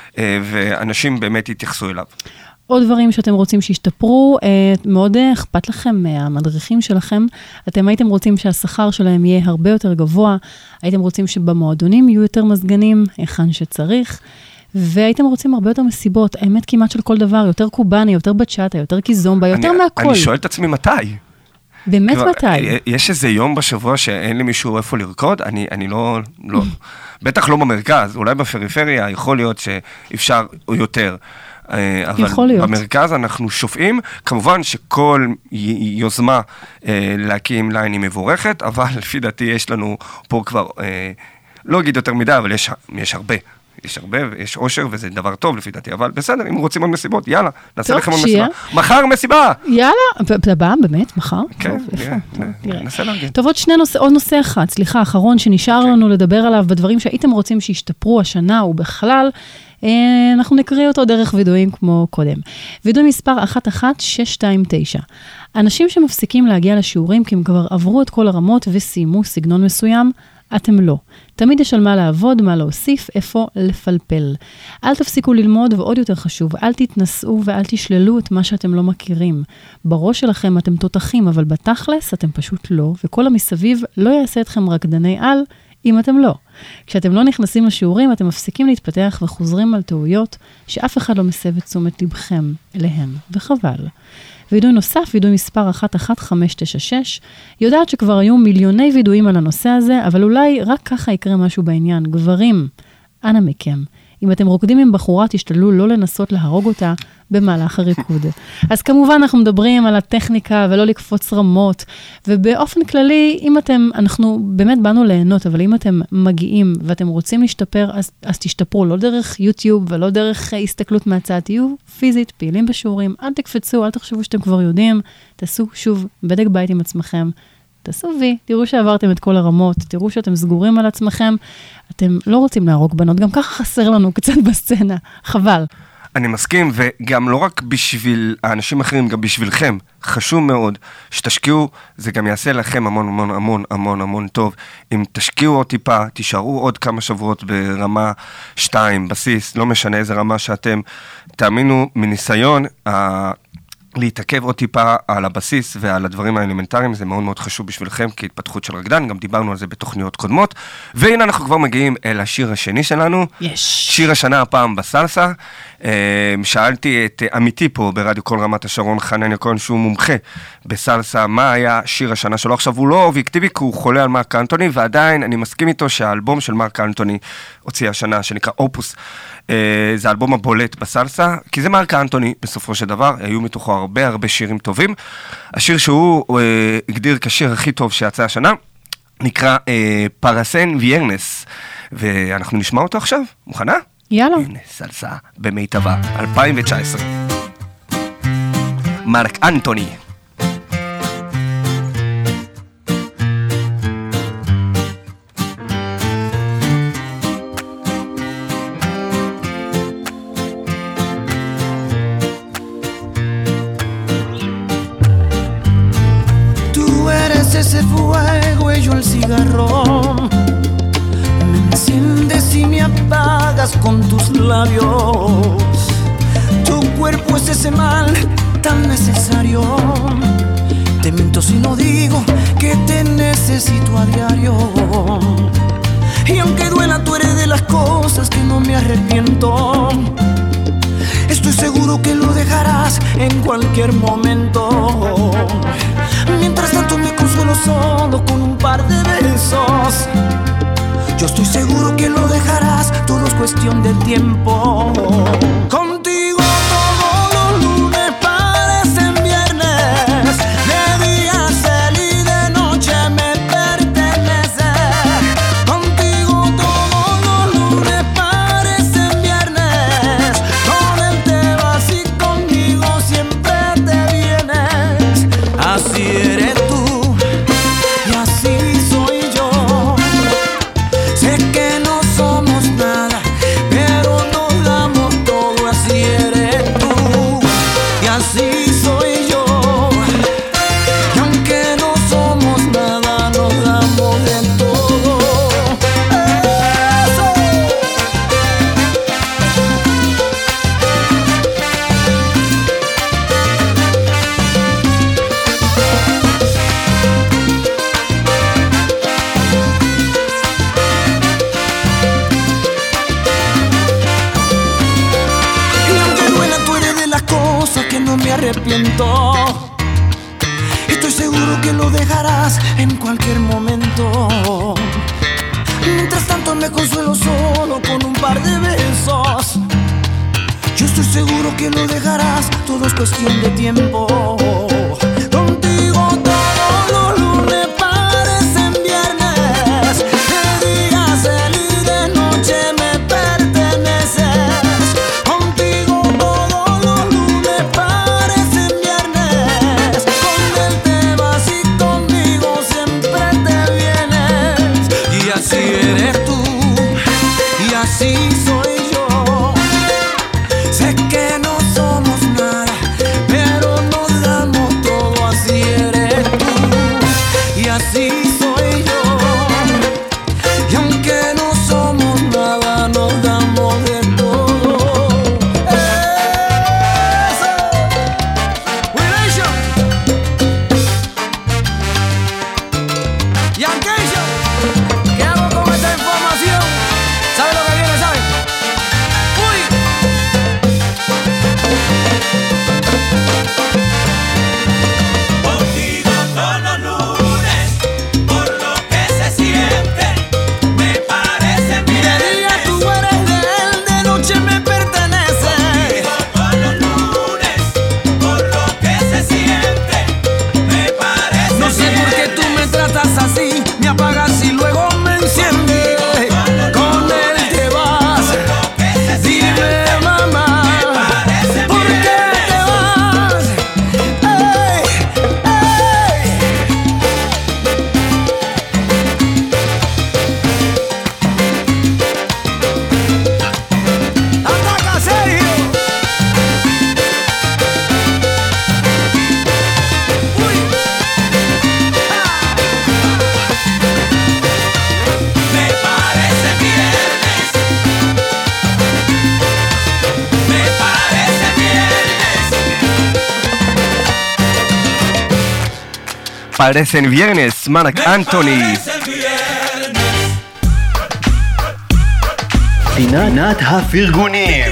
ואנשים באמת יתייחסו אליו. עוד דברים שאתם רוצים שישתפרו, מאוד אכפת לכם מהמדריכים שלכם, אתם הייתם רוצים שהשכר שלהם יהיה הרבה יותר גבוה, הייתם רוצים שבמועדונים יהיו יותר מזגנים, היכן שצריך, והייתם רוצים הרבה יותר מסיבות, האמת כמעט של כל דבר, יותר קובאני, יותר בצ'אטה, יותר קיזומבה, יותר מהכל. אני שואל את עצמי מתי. באמת מתי? יש איזה יום בשבוע שאין לי מישהו איפה לרקוד, אני לא, בטח לא במרכז, אולי בפריפריה יכול להיות שאפשר יותר. אבל במרכז אנחנו שופעים, כמובן שכל יוזמה להקים ליין היא מבורכת, אבל לפי דעתי יש לנו פה כבר, לא אגיד יותר מדי, אבל יש הרבה. יש הרבה, יש עושר, וזה דבר טוב לפי דעתי, אבל בסדר, אם רוצים עוד מסיבות, יאללה, נעשה לכם עוד מסיבה. מחר מסיבה! יאללה, הבאה באמת, מחר? כן, ננסה להרגיע. טוב, עוד נושא אחד, סליחה, אחרון שנשאר לנו לדבר עליו, בדברים שהייתם רוצים שישתפרו השנה ובכלל, אנחנו נקריא אותו דרך וידועים כמו קודם. וידוי מספר 11629. אנשים שמפסיקים להגיע לשיעורים, כי הם כבר עברו את כל הרמות וסיימו סגנון מסוים, אתם לא. תמיד יש על מה לעבוד, מה להוסיף, איפה לפלפל. אל תפסיקו ללמוד, ועוד יותר חשוב, אל תתנסו ואל תשללו את מה שאתם לא מכירים. בראש שלכם אתם תותחים, אבל בתכלס אתם פשוט לא, וכל המסביב לא יעשה אתכם רקדני על, אם אתם לא. כשאתם לא נכנסים לשיעורים, אתם מפסיקים להתפתח וחוזרים על טעויות, שאף אחד לא מסב את תשומת לבכם אליהם, וחבל. וידוי נוסף, וידוי מספר 11596, יודעת שכבר היו מיליוני וידויים על הנושא הזה, אבל אולי רק ככה יקרה משהו בעניין. גברים, אנא מכם, אם אתם רוקדים עם בחורה, תשתלו לא לנסות להרוג אותה במהלך הריקוד. אז כמובן אנחנו מדברים על הטכניקה ולא לקפוץ רמות, ובאופן כללי, אם אנחנו באמת באנו ליהנות, אבל אם אתם מגיעים ואתם רוצים להשתפר, אז תשתפרו, לא דרך יוטיוב ולא דרך הסתכלות מהצד, תהיו פיזית, פעילים בשיעורים, אל תקפצו, אל תחשבו שאתם כבר יודעים, תעשו שוב בדק בית עם עצמכם, תעשו וי, תראו שעברתם את כל הרמות, תראו שאתם סגורים על עצמכם, אתם לא רוצים להרוג בנות, גם ככה חסר לנו קצת בסצנה, חבל. אני מסכים, וגם לא רק בשביל האנשים אחרים, גם בשבילכם, חשוב מאוד שתשקיעו, זה גם יעשה לכם המון טוב. אם תשקיעו עוד טיפה, תישארו עוד כמה שבועות ברמה 2, בסיס, לא משנה איזה רמה שאתם, תאמינו מניסיון, להתעכב עוד טיפה על הבסיס ועל הדברים האלמנטריים, זה מאוד מאוד חשוב בשבילכם כהתפתחות של רקדן, גם דיברנו על זה בתוכניות קודמות, והנה אנחנו כבר מגיעים אל השיר השני שלנו, שיר השנה הפעם בסלסה, שאלתי את עמיתי פה ברדיו כל רמת השרון, חנן יקון, שהוא מומחה בסלסה, מה היה שיר השנה שלו, עכשיו הוא לא אובייקטיבי, כי הוא חולה על מרק אנטוני, ועדיין אני מסכים איתו שהאלבום של מרק אנטוני הוציא השנה, שנקרא אופוס, זה האלבום הבולט בסלסה, כי זה מרק אנטוני בסופו של דבר, היו מתוכו הרבה שירים טובים. השיר שהוא הגדיר כשיר הכי טוב שיצא השנה, נקרא פרסן וירנס, ואנחנו נשמע אותו עכשיו. מוכנה? יאללה. הנה, סלסה במיטבה, 2019. מרק אנטוני. me apagas con tus labios. Tu cuerpo es ese mal tan necesario. Te miento si no digo que te necesito a diario. Y aunque duela, tú eres de las cosas que no me arrepiento. Estoy seguro que lo dejarás en cualquier momento. Mientras tanto me consuelo solo con un par de besos. Yo estoy seguro que lo dejarás, todo es cuestión de tiempo. Contigo todos los lunes parecen viernes. De día y de noche me pertenece. Contigo todos los lunes parecen viernes. Con él te vas y conmigo siempre te vienes. Así eres tú y así soy yo. Sé que no somos nada, pero nos damos todo. Así eres tú y así soy yo. Y aunque no somos nada, nos damos de todo. ¡Eso! Y aunque duela, tú eres de las cosas que no me arrepiento. Estoy seguro que lo dejarás en cualquier momento. Mientras tanto me consuelo solo con un par de besos. Yo estoy seguro que lo dejarás, todo es cuestión de tiempo. Contigo todos los lunes parecen viernes. De día y de noche me perteneces. Contigo todos los lunes parecen viernes. Con él te vas y conmigo siempre te vienes. Y así eres tú y así soy yo. Sé que no somos nada, pero nos damos todo. Así eres tú y así soy yo. Y aunque no somos nada, nos damos de todo. ¡Eso! Relation. Y aquello. ¿Qué hago con esta información? ¿Sabe lo que viene? ¿Sabe? ¡Uy! Contigo todos los lunes, por lo que se siente, me parece De bien. día tú eres de él, de noche me pertenece. Todos los lunes, por lo que se siente, me parece No sé por qué tú me tratas así, me apagas y luego me enciendes. Con él te vas, dime mamá, ¿por qué te vas? ¡Ey! ¡Ey! ¡Ataca, Sergio! ¡Uy! me parece viernes. Me parece viernes. Parecen viernes, Marc Anthony. Parece viernes. פינת הפרגונים.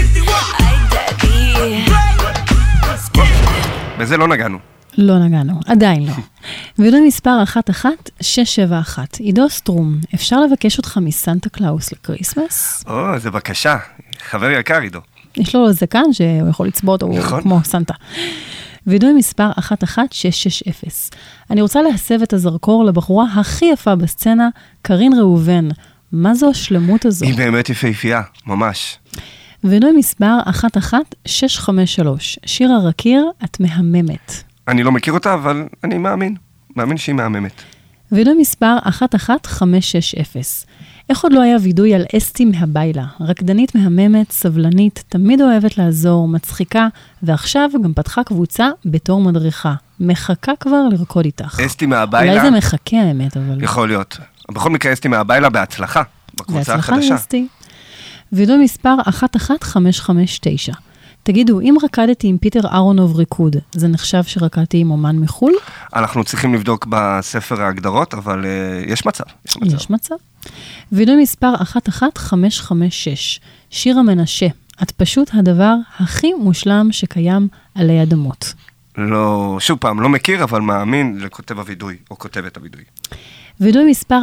בזה לא נגענו. לא נגענו, עדיין לא. וידוי מספר 11671, עידו סטרום, אפשר לבקש אותך מסנטה קלאוס לקריסמס? או, זה בקשה. חבר יקר עידו. יש לו זקן שהוא יכול לצבוע אותו נכון. כמו סנטה. וידוי מספר 11660. אני רוצה להסב את הזרקור לבחורה הכי יפה בסצנה, קרין ראובן. מה זו השלמות הזו? היא באמת יפהפייה, ממש. וידוי מספר 11653, שיר הרקיר, את מהממת. אני לא מכיר אותה, אבל אני מאמין. מאמין שהיא מהממת. וידוי מספר 11560. איך עוד לא היה וידוי על אסתי מהביילה? רקדנית מהממת, סבלנית, תמיד אוהבת לעזור, מצחיקה, ועכשיו גם פתחה קבוצה בתור מדריכה. מחכה כבר לרקוד איתך. אסתי מהביילה. אולי זה מחכה האמת, אבל... יכול להיות. בכל מקרה אסתי מהביילה בהצלחה. בקבוצה בהצלחה החדשה. אסתי. וידוי מספר 11559. תגידו, אם רקדתי עם פיטר אהרונוב ריקוד, זה נחשב שרקדתי עם אומן מחול? אנחנו צריכים לבדוק בספר ההגדרות, אבל יש מצב. יש מצב. וידוי מספר 11556. שיר המנשה. את פשוט הדבר הכי מושלם שקיים עלי אדמות. לא, שוב פעם, לא מכיר, אבל מאמין לכותב הוידוי, או כותבת הוידוי. וידוי מספר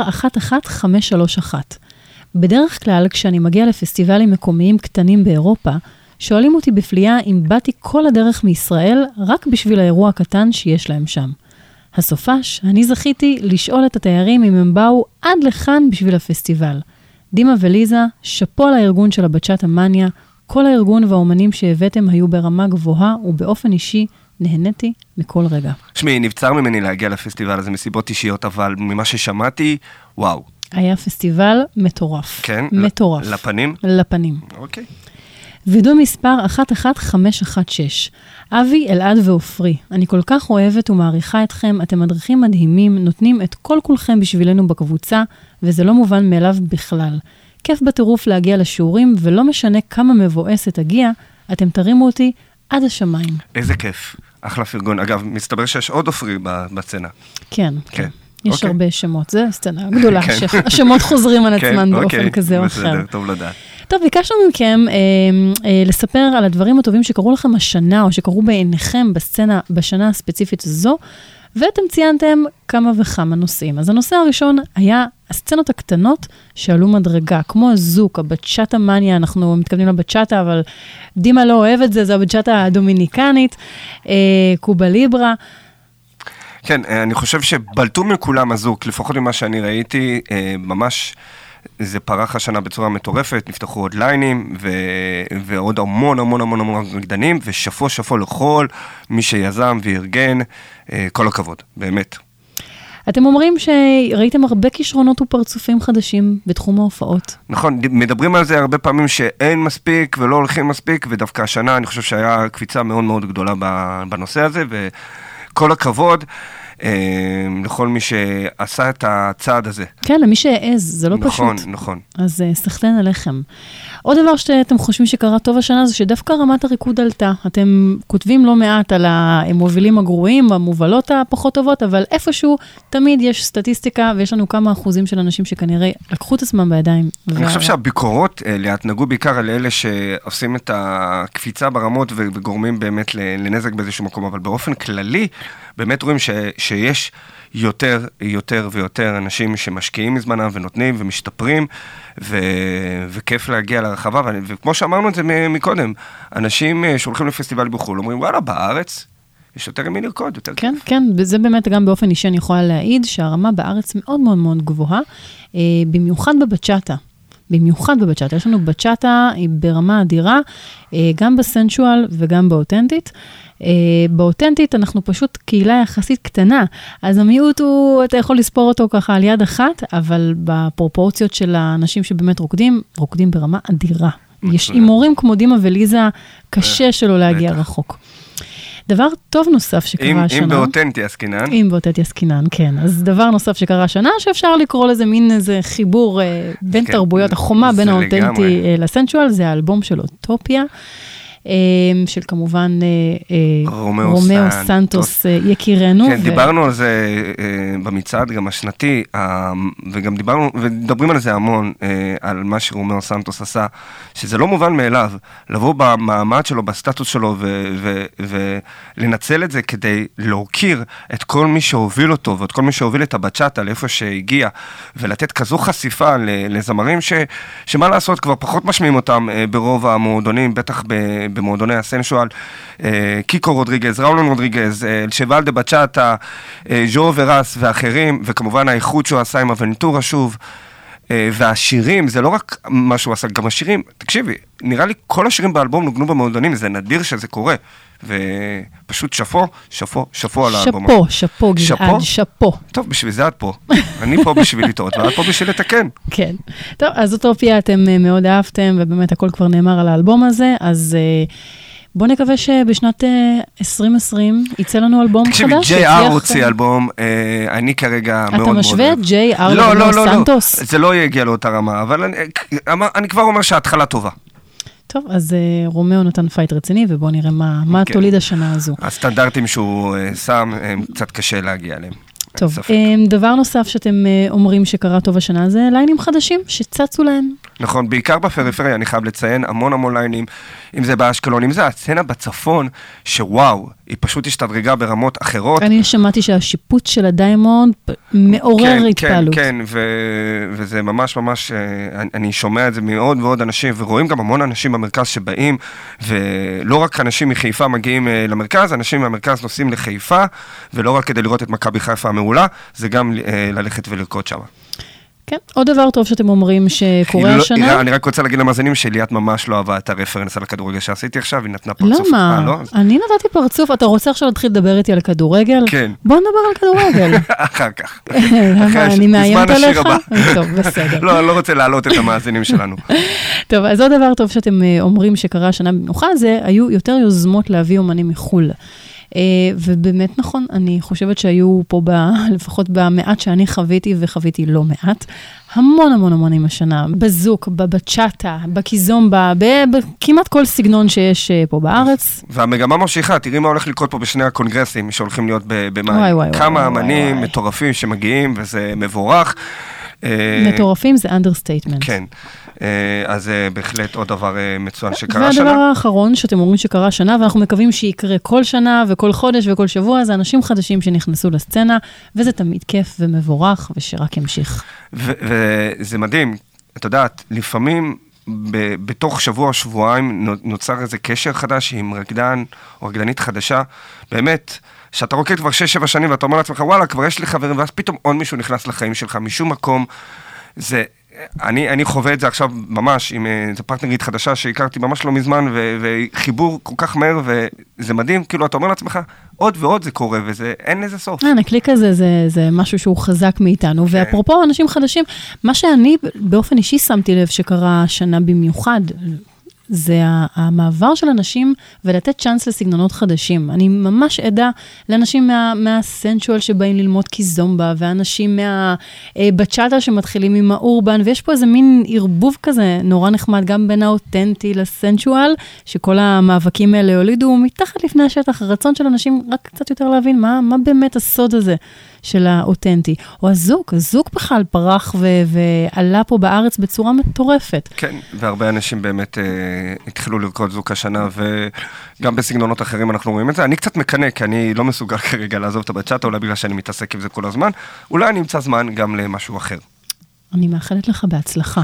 11531. בדרך כלל, כשאני מגיע לפסטיבלים מקומיים קטנים באירופה, שואלים אותי בפליאה אם באתי כל הדרך מישראל רק בשביל האירוע הקטן שיש להם שם. הסופש, אני זכיתי לשאול את התיירים אם הם באו עד לכאן בשביל הפסטיבל. דימה וליזה, שפו על הארגון של הבצ'אטה מניה, כל הארגון והאומנים שהבאתם היו ברמה גבוהה, ובאופן אישי נהניתי מכל רגע. שמי, נבצר ממני להגיע לפסטיבל הזה מסיבות אישיות, אבל ממה ששמעתי, וואו. היה פסטיבל מטורף. כן? מטורף. לפנים? לפנים. אוקיי. וידוי מספר 11516. אבי, אלעד ואופרי, אני כל כך אוהבת ומעריכה אתכם, אתם מדריכים מדהימים, נותנים את כל כולכם בשבילנו בקבוצה, וזה לא מובן מאליו בכלל. כיף בטירוף להגיע לשיעורים, ולא משנה כמה מבואסת תגיע, אתם תרימו אותי עד השמיים. איזה כיף. אחלה פרגון. אגב, מסתבר שיש עוד אופרי בצנה. כן, כן. יש אוקיי. הרבה שמות, זה סצנה גדולה, שהשמות חוזרים על עצמן באופן כזה או אחר. בסדר, טוב לדעת. טוב, ביקשנו מכם לספר על הדברים הטובים שקרו לכם השנה, או שקרו בעיניכם בסצנה, בשנה הספציפית הזו, ואתם ציינתם כמה וכמה נושאים. אז הנושא הראשון היה הסצנות הקטנות שעלו מדרגה, כמו הזוק, הבצ'אטה מניה, אנחנו מתכוונים לבצ'אטה, אבל דימה לא אוהב את זה, זו הבצ'אטה הדומיניקנית, קובה ליברה. כן, אני חושב שבלטו מכולם הזוק, לפחות ממה שאני ראיתי, ממש זה פרח השנה בצורה מטורפת, נפתחו עוד ליינים, ועוד המון המון המון המון רקדנים, ושפו לכל מי שיזם וארגן, כל הכבוד, באמת. אתם אומרים שראיתם הרבה כישרונות ופרצופים חדשים בתחום ההופעות. נכון, מדברים על זה הרבה פעמים שאין מספיק ולא הולכים מספיק, ודווקא השנה אני חושב שהיה קפיצה מאוד מאוד גדולה בנושא הזה, וכל הכבוד לכל מי שעשה את הצעד הזה. כן, למי שהעז, זה לא נכון, פשוט. נכון. אז סחטן עליכם. עוד דבר שאתם חושבים שקרה טוב השנה, זה שדווקא רמת הריקוד עלתה. אתם כותבים לא מעט על המובילים הגרועים, המובלות הפחות טובות, אבל איפשהו תמיד יש סטטיסטיקה, ויש לנו כמה אחוזים של אנשים שכנראה לקחו את עצמם בידיים. אני חושב שהביקורות נגעו בעיקר על אלה שעושים את הקפיצה ברמות וגורמים באמת לנזק באיזשהו מקום, אבל באופן כללי, באמת רואים שיש יותר ויותר אנשים שמשקיעים מזמנם ונותנים ומשתפרים, וכיף להגיע לרחבה, וכמו שאמרנו את זה מקודם, אנשים שהולכים לפסטיבל בחו"ל, אומרים, וואלה, בארץ יש יותר מי לרקוד, יותר כן, כיף. כן, וזה באמת גם באופן אישי אני יכולה להעיד, שהרמה בארץ מאוד מאוד מאוד גבוהה, במיוחד בבצ'אטה. יש לנו בצ'אטה ברמה אדירה, גם בסנשואל וגם באותנטית. באותנטית אנחנו פשוט קהילה יחסית קטנה, אז המיעוט הוא, אתה יכול לספור אותו ככה על יד אחת, אבל בפרופורציות של האנשים שבאמת רוקדים ברמה אדירה. יש אימורים כמו דימה וליזה, קשה שלא להגיע רחוק. דבר טוב נוסף שקרה השנה. אם באותנטי עסקינן. אם באותנטי עסקינן, כן. אז דבר נוסף שקרה השנה, שאפשר לקרוא לזה מין איזה חיבור בין תרבויות, החומה בין האותנטי לסנשואל, זה האלבום של אוטופיה, של כמובן רומאו סנטוס יקירנו. כן, דיברנו על זה במצעד גם השנתי, וגם מדברים על זה המון, על מה שרומאו סנטוס עשה, שזה לא מובן מאליו, לבוא במעמד שלו, בסטטוס שלו, ולנצל את זה כדי להוקיר את כל מי שהוביל אותו, ואת כל מי שהוביל את הבצ'אטה לאיפה שהגיע, ולתת כזו חשיפה לזמרים שמה לעשות, כבר פחות משמיעים אותם ברוב המועדונים, בטח במועדוני הסנשואל, קיקו רודריגז, ראולון רודריגז, אלשבל דה בצ'אטה, ז'ו ורס ואחרים, וכמובן האיחוד שהוא עשה עם אבנטורה שוב, והשירים, זה לא רק מה שהוא עשה, גם השירים, תקשיבי, נראה לי כל השירים באלבום נוגנו במועדונים, זה נדיר שזה קורה, ופשוט שפו על האלבום. שפו, גלעד, שפו. טוב, בשביל זה את פה. אני פה בשביל לטעות, ואת פה בשביל לתקן. כן. טוב, אז אוטופיה אתם מאוד אהבתם, ובאמת הכל כבר נאמר על האלבום הזה, אז בוא נקווה שבשנת 2020 יצא לנו אלבום חדש. תקשיבי, ג'יי-אר הוציא אלבום, אני כרגע מאוד מאוד... אתה משווה את ג'יי-אר לא, סנטוס? זה לא יגיע לאותה רמה, אבל אני כבר אומר שההתחלה טובה. טוב, אז רומאו נתן פייט רציני, ובואו נראה מה תוליד השנה הזו. הסטנדרטים שהוא שם, קצת קשה להגיע אליהם. טוב, דבר נוסף שאתם אומרים שקרה טוב השנה, זה ליינים חדשים שצצו להם. נכון, בעיקר בפריפריה, אני חייב לציין, המון ליינים, אם זה באשקלון, אם זה הסצנה בצפון, שוואו, היא פשוט השתדרגה ברמות אחרות. אני שמעתי שהשיפוט של הדיימונד מעורר התפעלות. כן, וזה ממש, אני שומע את זה מאוד מאוד אנשים, ורואים גם המון אנשים במרכז שבאים, ולא רק אנשים מחיפה מגיעים למרכז, אנשים מהמרכז נוסעים לחיפה, ולא רק כדי לראות את מכבי חיפה המעולה, זה גם ללכת ולרקוד שם. כן, עוד דבר טוב שאתם אומרים שקורה השנה. אני רק רוצה להגיד למאזינים שליאת ממש לא אהבה את הרפרנס על הכדורגל שעשיתי עכשיו, היא נתנה פרצוף. למה? אני נתתי פרצוף, אתה רוצה עכשיו להתחיל לדבר איתי על כדורגל? כן. בוא נדבר על כדורגל. אחר כך. אני מאיימת עליך? טוב, בסדר. לא, אני לא רוצה להעלות את המאזינים שלנו. טוב, אז עוד דבר טוב שאתם אומרים שקרה השנה במיוחד, זה היו יותר יוזמות להביא אומנים מחול. ובאמת נכון, אני חושבת שהיו פה לפחות במעט שאני חוויתי, וחוויתי לא מעט, המון אומנים השנה, בזוק, בבצ'אטה, בקיזומבה, בכמעט כל סגנון שיש פה בארץ. והמגמה ממשיכה, תראי מה הולך לקרות פה בשני הקונגרסים שהולכים להיות במאי. כמה אמנים מטורפים שמגיעים, וזה מבורך. מטורפים זה understatement. כן. אז בהחלט עוד דבר מצוין שקרה השנה. והדבר האחרון שאתם אומרים שקרה השנה, ואנחנו מקווים שיקרה כל שנה וכל חודש וכל שבוע, זה אנשים חדשים שנכנסו לסצנה, וזה תמיד כיף ומבורך, ושרק ימשיך. וזה מדהים, את יודעת, לפעמים בתוך שבוע-שבועיים נוצר איזה קשר חדש עם רקדן או רקדנית חדשה, באמת, שאתה רוקד כבר 6-7 שנים, ואתה אומר לעצמך, וואלה, כבר יש לי חברים, ואז פתאום עוד מישהו נכנס לחיים שלך, משום מקום, זה... אני חווה את זה עכשיו ממש עם איזו פרטנרית חדשה שהכרתי ממש לא מזמן, וחיבור כל כך מהר, וזה מדהים, כאילו אתה אומר לעצמך, עוד ועוד זה קורה, ואין לזה סוף. הקליק הזה זה משהו שהוא חזק מאיתנו, ואפרופו אנשים חדשים, מה שאני באופן אישי שמתי לב שקרה השנה במיוחד, זה המעבר של אנשים ולתת צ'אנס לסגנונות חדשים. אני ממש עדה לאנשים מהסנשואל שבאים ללמוד קיזומבה, ואנשים בצ'אטה שמתחילים עם האורבן, ויש פה איזה מין ערבוב כזה נורא נחמד, גם בין האותנטי לסנשואל, שכל המאבקים האלה הולידו מתחת לפני השטח, הרצון של אנשים רק קצת יותר להבין מה באמת הסוד הזה של האותנטי. או הזוק בכלל פרח ועלה פה בארץ בצורה מטורפת. כן, והרבה אנשים באמת התחילו לרקוד זוק השנה, וגם בסגנונות אחרים אנחנו רואים את זה. אני קצת מקנה, כי אני לא מסוגל כרגע לעזוב את הבצ'אטה, אולי בגלל שאני מתעסק עם זה כל הזמן. אולי אני אמצא זמן גם למשהו אחר. אני מאחלת לך בהצלחה.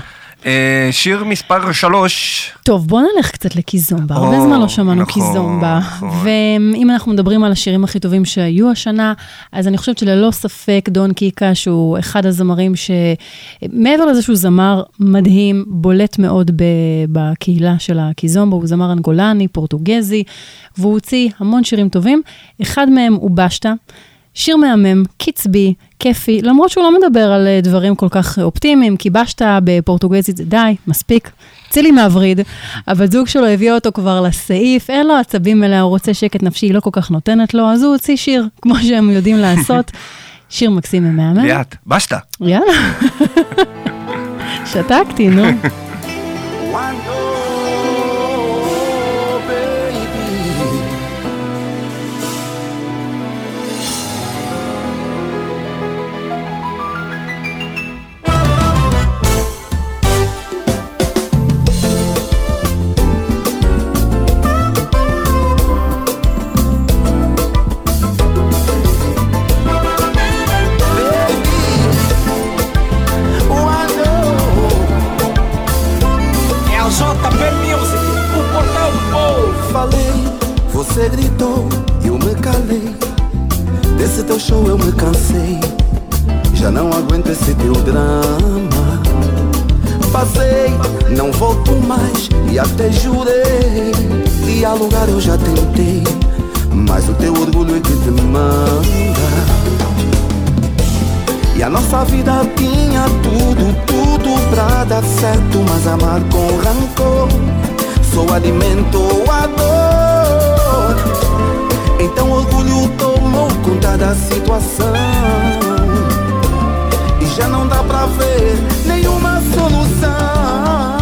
שיר מספר 3. טוב, בוא נלך קצת לקיזומבה. הרבה זמן לא שמענו קיזומבה. ואם אנחנו מדברים על השירים הכי טובים שהיו השנה, אז אני חושבת שללא ספק דון קיקה, שהוא אחד הזמרים שמעבר לזה שהוא זמר מדהים, בולט מאוד בקהילה של הקיזומבה, הוא זמר אנגולני, פורטוגזי, והוא הוציא המון שירים טובים. אחד מהם הוא בשטה. שיר מהמם, קיצבי, כיפי, למרות שהוא לא מדבר על דברים כל כך אופטימיים, כי בשטה בפורטוגזית זה די, מספיק, צילי מהווריד, הבת זוג שלו הביא אותו כבר לסעיף, אין לו עצבים אליה, הוא רוצה שקט נפשי, היא לא כל כך נותנת לו, אז הוא הוציא שיר, כמו שהם יודעים לעשות, שיר מקסים ומהמם. ליאת, בשטה. יאללה. שתקתי, נו. Você gritou, eu me calei. Desse teu show eu me cansei. Já não aguento esse teu drama. Passei, não volto mais. E até jurei. Dialogar eu já tentei. Mas o teu orgulho é que te manda. E a nossa vida tinha tudo pra dar certo. Mas amar com rancor só alimento a dor. Então o orgulho tomou conta da situação e já não dá pra ver nenhuma solução.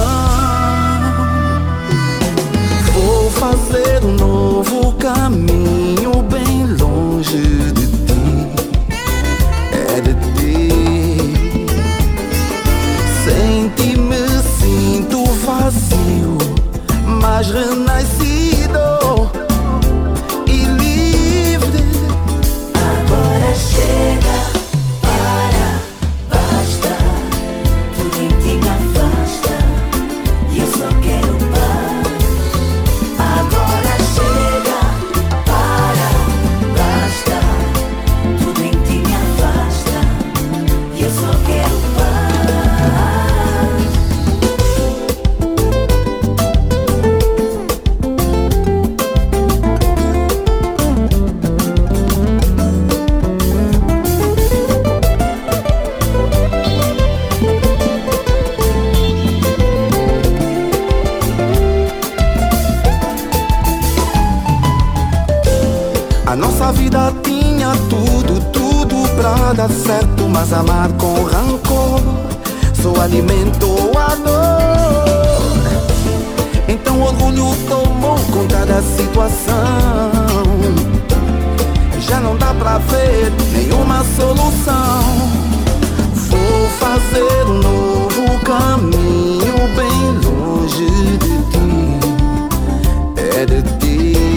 Vou fazer um novo caminho bem longe de ti, é de ti. Sem ti me sinto vazio, mas renascido e livre. Agora chega, para, basta. Tudo em ti me afasta e eu só quero paz. Agora chega, para, basta. Tudo em ti me afasta e eu só quero paz. A nossa vida tinha tudo, tudo pra dar certo, mas amar com rancor só alimentou a dor. Então o orgulho tomou conta da situação, já não dá pra ver nenhuma solução. Vou fazer um novo caminho bem longe de ti, é de ti.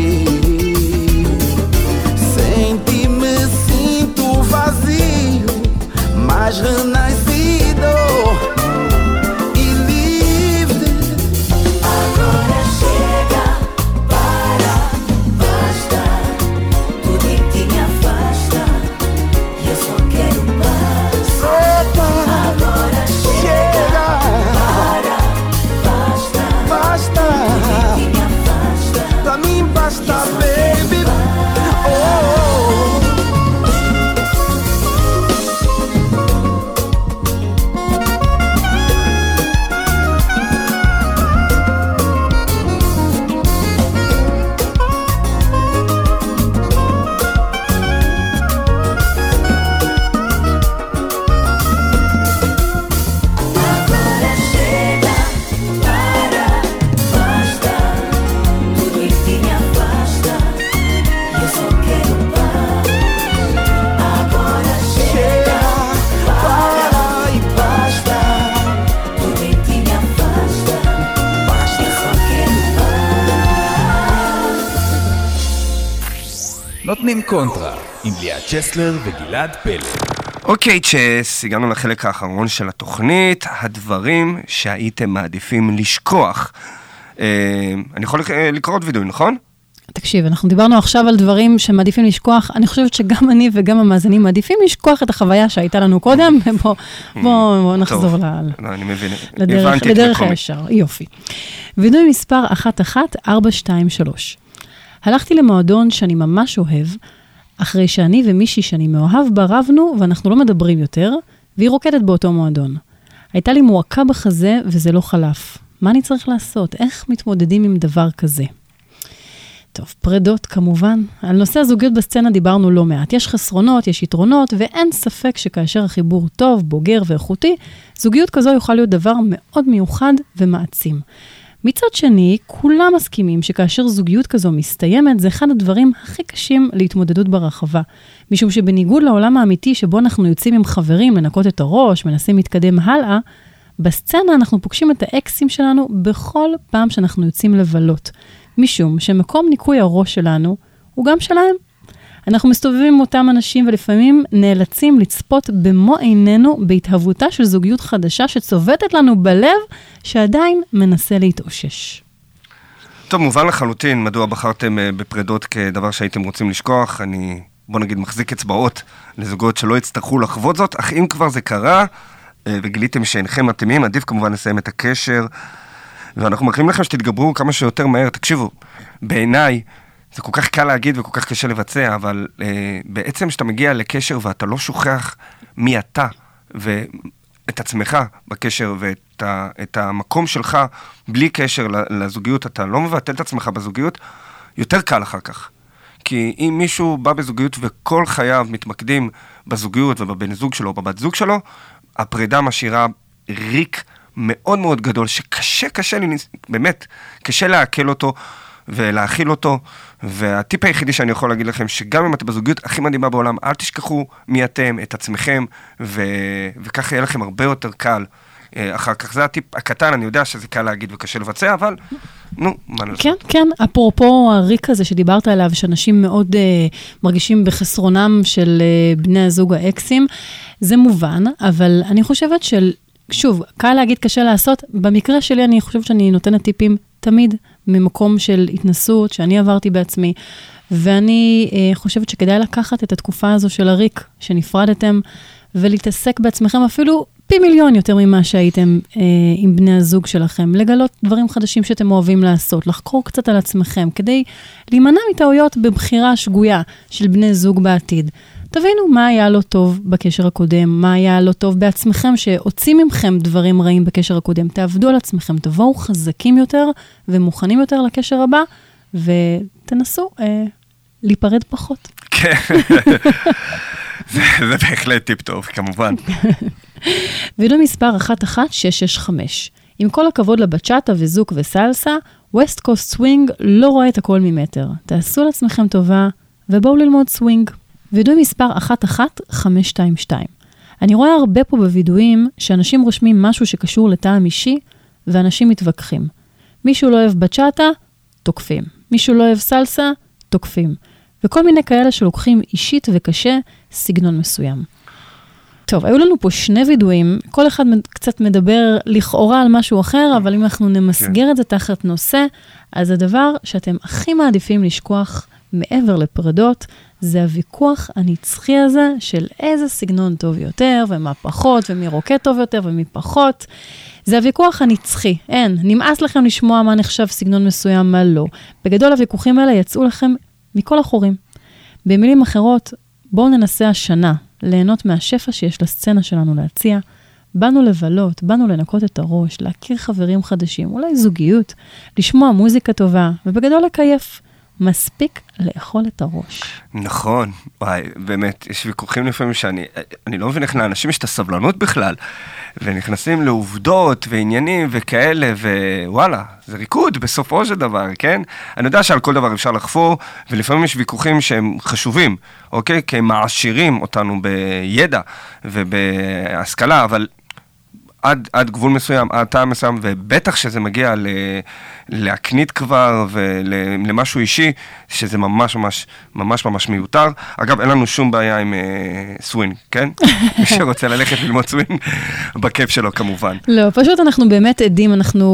Sem ti me sinto vazio, mas renascido e livre. Agora chega, para, basta. Tudo em ti me afasta e eu só quero paz. Agora chega, para, basta. Basta, Tudo em ti me afasta. pra mim basta, baby. Agora chega, para, basta. Tudo em ti me afasta e eu só quero paz. Agora chega, para e basta. Tudo em ti me afasta e eu só quero paz. נותנים קונטרה עם ליאת צ'סלר וגלעד פלד. אוקיי, צ'ס, הגענו לחלק האחרון של התוכנית, הדברים שהייתם מעדיפים לשכוח. אני יכול לקרוא עוד וידאו, נכון? תקשיב, אנחנו דיברנו עכשיו על דברים שמעדיפים לשכוח. אני חושבת שגם אני וגם המאזינים מעדיפים לשכוח את החוויה שהייתה לנו קודם. בוא נחזור לא, אני מבין. לדרך הישר. יופי. וידאו מספר 11423. הלכתי למועדון שאני ממש אוהב, אחרי שאני ומישהי שאני מאוהב בה רבנו, ואנחנו לא מדברים יותר, והיא רוקדת באותו מועדון. הייתה לי מועקה בחזה, וזה לא חלף. מה אני צריך לעשות? איך מתמודדים עם דבר כזה? טוב, פרדות כמובן. על נושא הזוגיות בסצנה דיברנו לא מעט. יש חסרונות, יש יתרונות, ואין ספק שכאשר החיבור טוב, בוגר ואיכותי, זוגיות כזו יוכל להיות דבר מאוד מיוחד ומעצים. מצד שני, כולם מסכימים שכאשר זוגיות כזו מסתיימת, זה אחד הדברים הכי קשים להתמודדות ברחבה. משום שבניגוד לעולם האמיתי שבו אנחנו יוצאים עם חברים לנקות את הראש, מנסים להתקדם הלאה, בסצנה אנחנו פוגשים את האקסים שלנו בכל פעם שאנחנו יוצאים לבלות. משום שמקום ניקוי הראש שלנו הוא גם שלהם. אנחנו מסתובבים עם אותם אנשים ולפעמים נאלצים לצפות במו עינינו בהתהוותה של זוגיות חדשה שצובטת לנו בלב שעדיין מנסה להתאושש. טוב, מובן לחלוטין מדוע בחרתם בפרדות כדבר שהייתם רוצים לשכוח. אני, בוא נגיד, מחזיק אצבעות לזוגות שלא יצטרכו לחוות זאת, אך אם כבר זה קרה וגיליתם שאינכם מתאימים, עדיף כמובן לסיים את הקשר, ואנחנו מאחלים לכם שתתגברו כמה שיותר מהר. תקשיבו, בעיניי זה כל כך קל להגיד וכל כך קשה לבצע, אבל בעצם שאתה מגיע לקשר ואתה לא שוכח מי אתה ואת עצמך בקשר ואת המקום שלך בלי קשר לזוגיות, אתה לא מבטל את עצמך בזוגיות, יותר קל אחר כך. כי אם מישהו בא בזוגיות וכל חייו מתמקדים בזוגיות ובבן זוג שלו או בבת זוג שלו, הפרידה משאירה ריק מאוד מאוד גדול, שקשה לי, באמת, קשה להקל אותו ולהכיל אותו, והטיפ היחידי שאני יכול להגיד לכם, שגם אם אתם בזוגיות הכי מדהימה בעולם, אל תשכחו מי אתם, את עצמכם, וככה יהיה לכם הרבה יותר קל. אחר כך זה הטיפ הקטן, אני יודע שזה קל להגיד וקשה לבצע, אבל נו, מה נעשה? כן, כן, אפרופו הריק הזה שדיברת עליו, שאנשים מאוד מרגישים בחסרונם של בני הזוג האקסים, זה מובן, אבל אני חושבת שוב, קל להגיד, קשה לעשות, במקרה שלי אני חושבת שאני נותנת טיפים תמיד ממקום של התנסות, שאני עברתי בעצמי, ואני חושבת שכדאי לקחת את התקופה הזו של הריק, שנפרדתם, ולהתעסק בעצמכם אפילו פי מיליון יותר ממה שהייתם עם בני הזוג שלכם, לגלות דברים חדשים שאתם אוהבים לעשות, לחקור קצת על עצמכם, כדי להימנע מטעויות בבחירה שגויה של בני זוג בעתיד. תבינו מה היה לא טוב בקשר הקודם, מה היה לא טוב בעצמכם, שהוציא ממכם דברים רעים בקשר הקודם. תעבדו על עצמכם, תבואו חזקים יותר ומוכנים יותר לקשר הבא, ותנסו להיפרד פחות. כן, זה בהחלט טיפ טוב, כמובן. וידאו מספר 11665. עם כל הכבוד לבצ'אטה וזוק וסלסה, ווסט קוסט סווינג לא רואה את הכל ממטר. תעשו לעצמכם טובה ובואו ללמוד סווינג. וידוי מספר 11522. אני רואה הרבה פה בוידויים שאנשים רושמים משהו שקשור לטעם אישי, ואנשים מתווכחים. מישהו לא אוהב בצ'אטה, תוקפים. מישהו לא אוהב סלסה, תוקפים. וכל מיני כאלה שלוקחים אישית וקשה סגנון מסוים. טוב, היו לנו פה שני וידויים, כל אחד קצת מדבר לכאורה על משהו אחר, אבל אם אנחנו נמסגר את זה תחת נושא, אז הדבר שאתם הכי מעדיפים לשכוח מעבר לפרדות, זה הוויכוח הנצחי הזה של איזה סגנון טוב יותר, ומה פחות, ומי רוקט טוב יותר, ומי פחות. זה הוויכוח הנצחי. אין, נמאס לכם לשמוע מה נחשב סגנון מסוים, מה לא. בגדול הוויכוחים האלה יצאו לכם מכל החורים. במילים אחרות, בואו ננסה השנה ליהנות מהשפע שיש לסצנה שלנו להציע. באנו לבלות, באנו לנקות את הראש, להכיר חברים חדשים, אולי זוגיות, לשמוע מוזיקה טובה, ובגדול לקייף. מספיק לאכול את הראש. נכון, וואי, באמת, יש ויכוחים לפעמים שאני לא מבין איך לאנשים יש את הסבלנות בכלל, ונכנסים לעובדות ועניינים וכאלה, ווואלה, זה ריקוד בסופו של דבר, כן? אני יודע שעל כל דבר אפשר לחפור, ולפעמים יש ויכוחים שהם חשובים, אוקיי? כי הם מעשירים אותנו בידע ובהשכלה, אבל עד גבול מסוים, עד טעם מסוים, ובטח שזה מגיע להקנית כבר ולמשהו אישי, שזה ממש ממש ממש ממש מיותר. אגב, אין לנו שום בעיה עם סווינג, כן? מי שרוצה ללכת ללמוד סווינג, בכיף שלו כמובן. לא, פשוט אנחנו באמת עדים,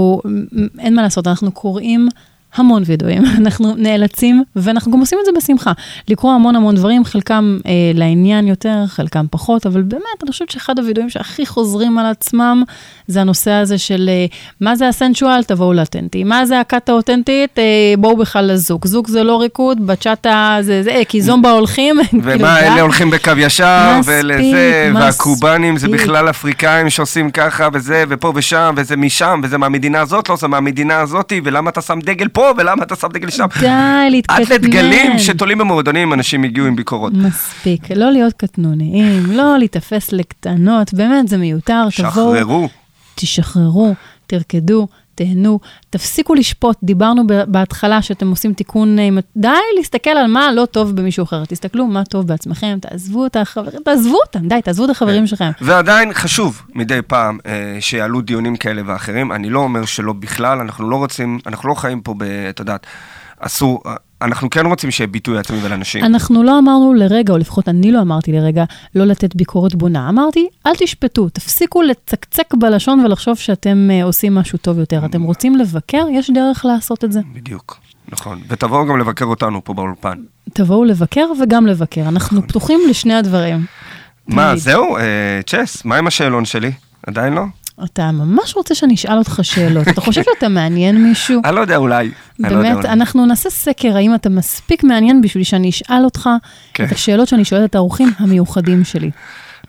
אין מה לעשות, אנחנו קוראים המון וידועים, אנחנו נאלצים, ואנחנו גם עושים את זה בשמחה, לקרוא המון דברים, חלקם לעניין יותר, חלקם פחות, אבל באמת, אני חושבת שאחד הוידועים שהכי חוזרים על עצמם, זה הנושא הזה של מה זה הסנשואל, תבואו לאותנטי, מה זה הקאטה אותנטית, בואו בכלל לזוג, זוג זה לא ריקוד, בצ'אטה זה, כי זומבה הולכים, ומה, אלה הולכים בקו ישר, ולזה, והקובנים זה בכלל אפריקאים שעושים ככה, וזה, ופה ושם, וזה משם, וזה מהמדינה הזאת, לא, זה מהמדינה הזאת, ולמה אתה שם דגל פה, ולמה אתה שם דגל שם? די, להתקטנן. עד לדגלים שתולים במועדונים, אנשים הגיעו עם ביקורות. מספיק, לא להיות קטנוניים, לא להתאפס לקטנות, באמת זה מיותר, שחררו. תשחררו, תרקדו, תהנו, תפסיקו לשפוט, דיברנו בהתחלה שאתם עושים תיקון, די להסתכל על מה לא טוב במישהו אחר, תסתכלו מה טוב בעצמכם, תעזבו את החברים, תעזבו אותם, די, תעזבו את החברים שלכם. ועדיין חשוב מדי פעם שיעלו דיונים כאלה ואחרים, אני לא אומר שלא בכלל, אנחנו לא חיים פה, אתה יודעת, אסור, אנחנו כן רוצים שיהיה ביטוי עצמי ולאנשים. אנחנו לא אמרנו לרגע, או לפחות אני לא אמרתי לרגע, לא לתת ביקורת בונה. אמרתי, אל תשפטו, תפסיקו לצקצק בלשון ולחשוב שאתם עושים משהו טוב יותר. אתם רוצים לבקר, יש דרך לעשות את זה. בדיוק, נכון. ותבואו גם לבקר אותנו פה באולפן. תבואו לבקר וגם לבקר. אנחנו פתוחים לשני הדברים. מה, זהו? צ'ס, מה עם השאלון שלי? עדיין לא? אתה ממש רוצה שאני אשאל אותך שאלות. אתה חושב שאתה מעניין מישהו? אני לא יודע, אולי. באמת, אנחנו נעשה סקר, האם אתה מספיק מעניין בשביל שאני אשאל אותך את השאלות שאני שואלת את האורחים המיוחדים שלי.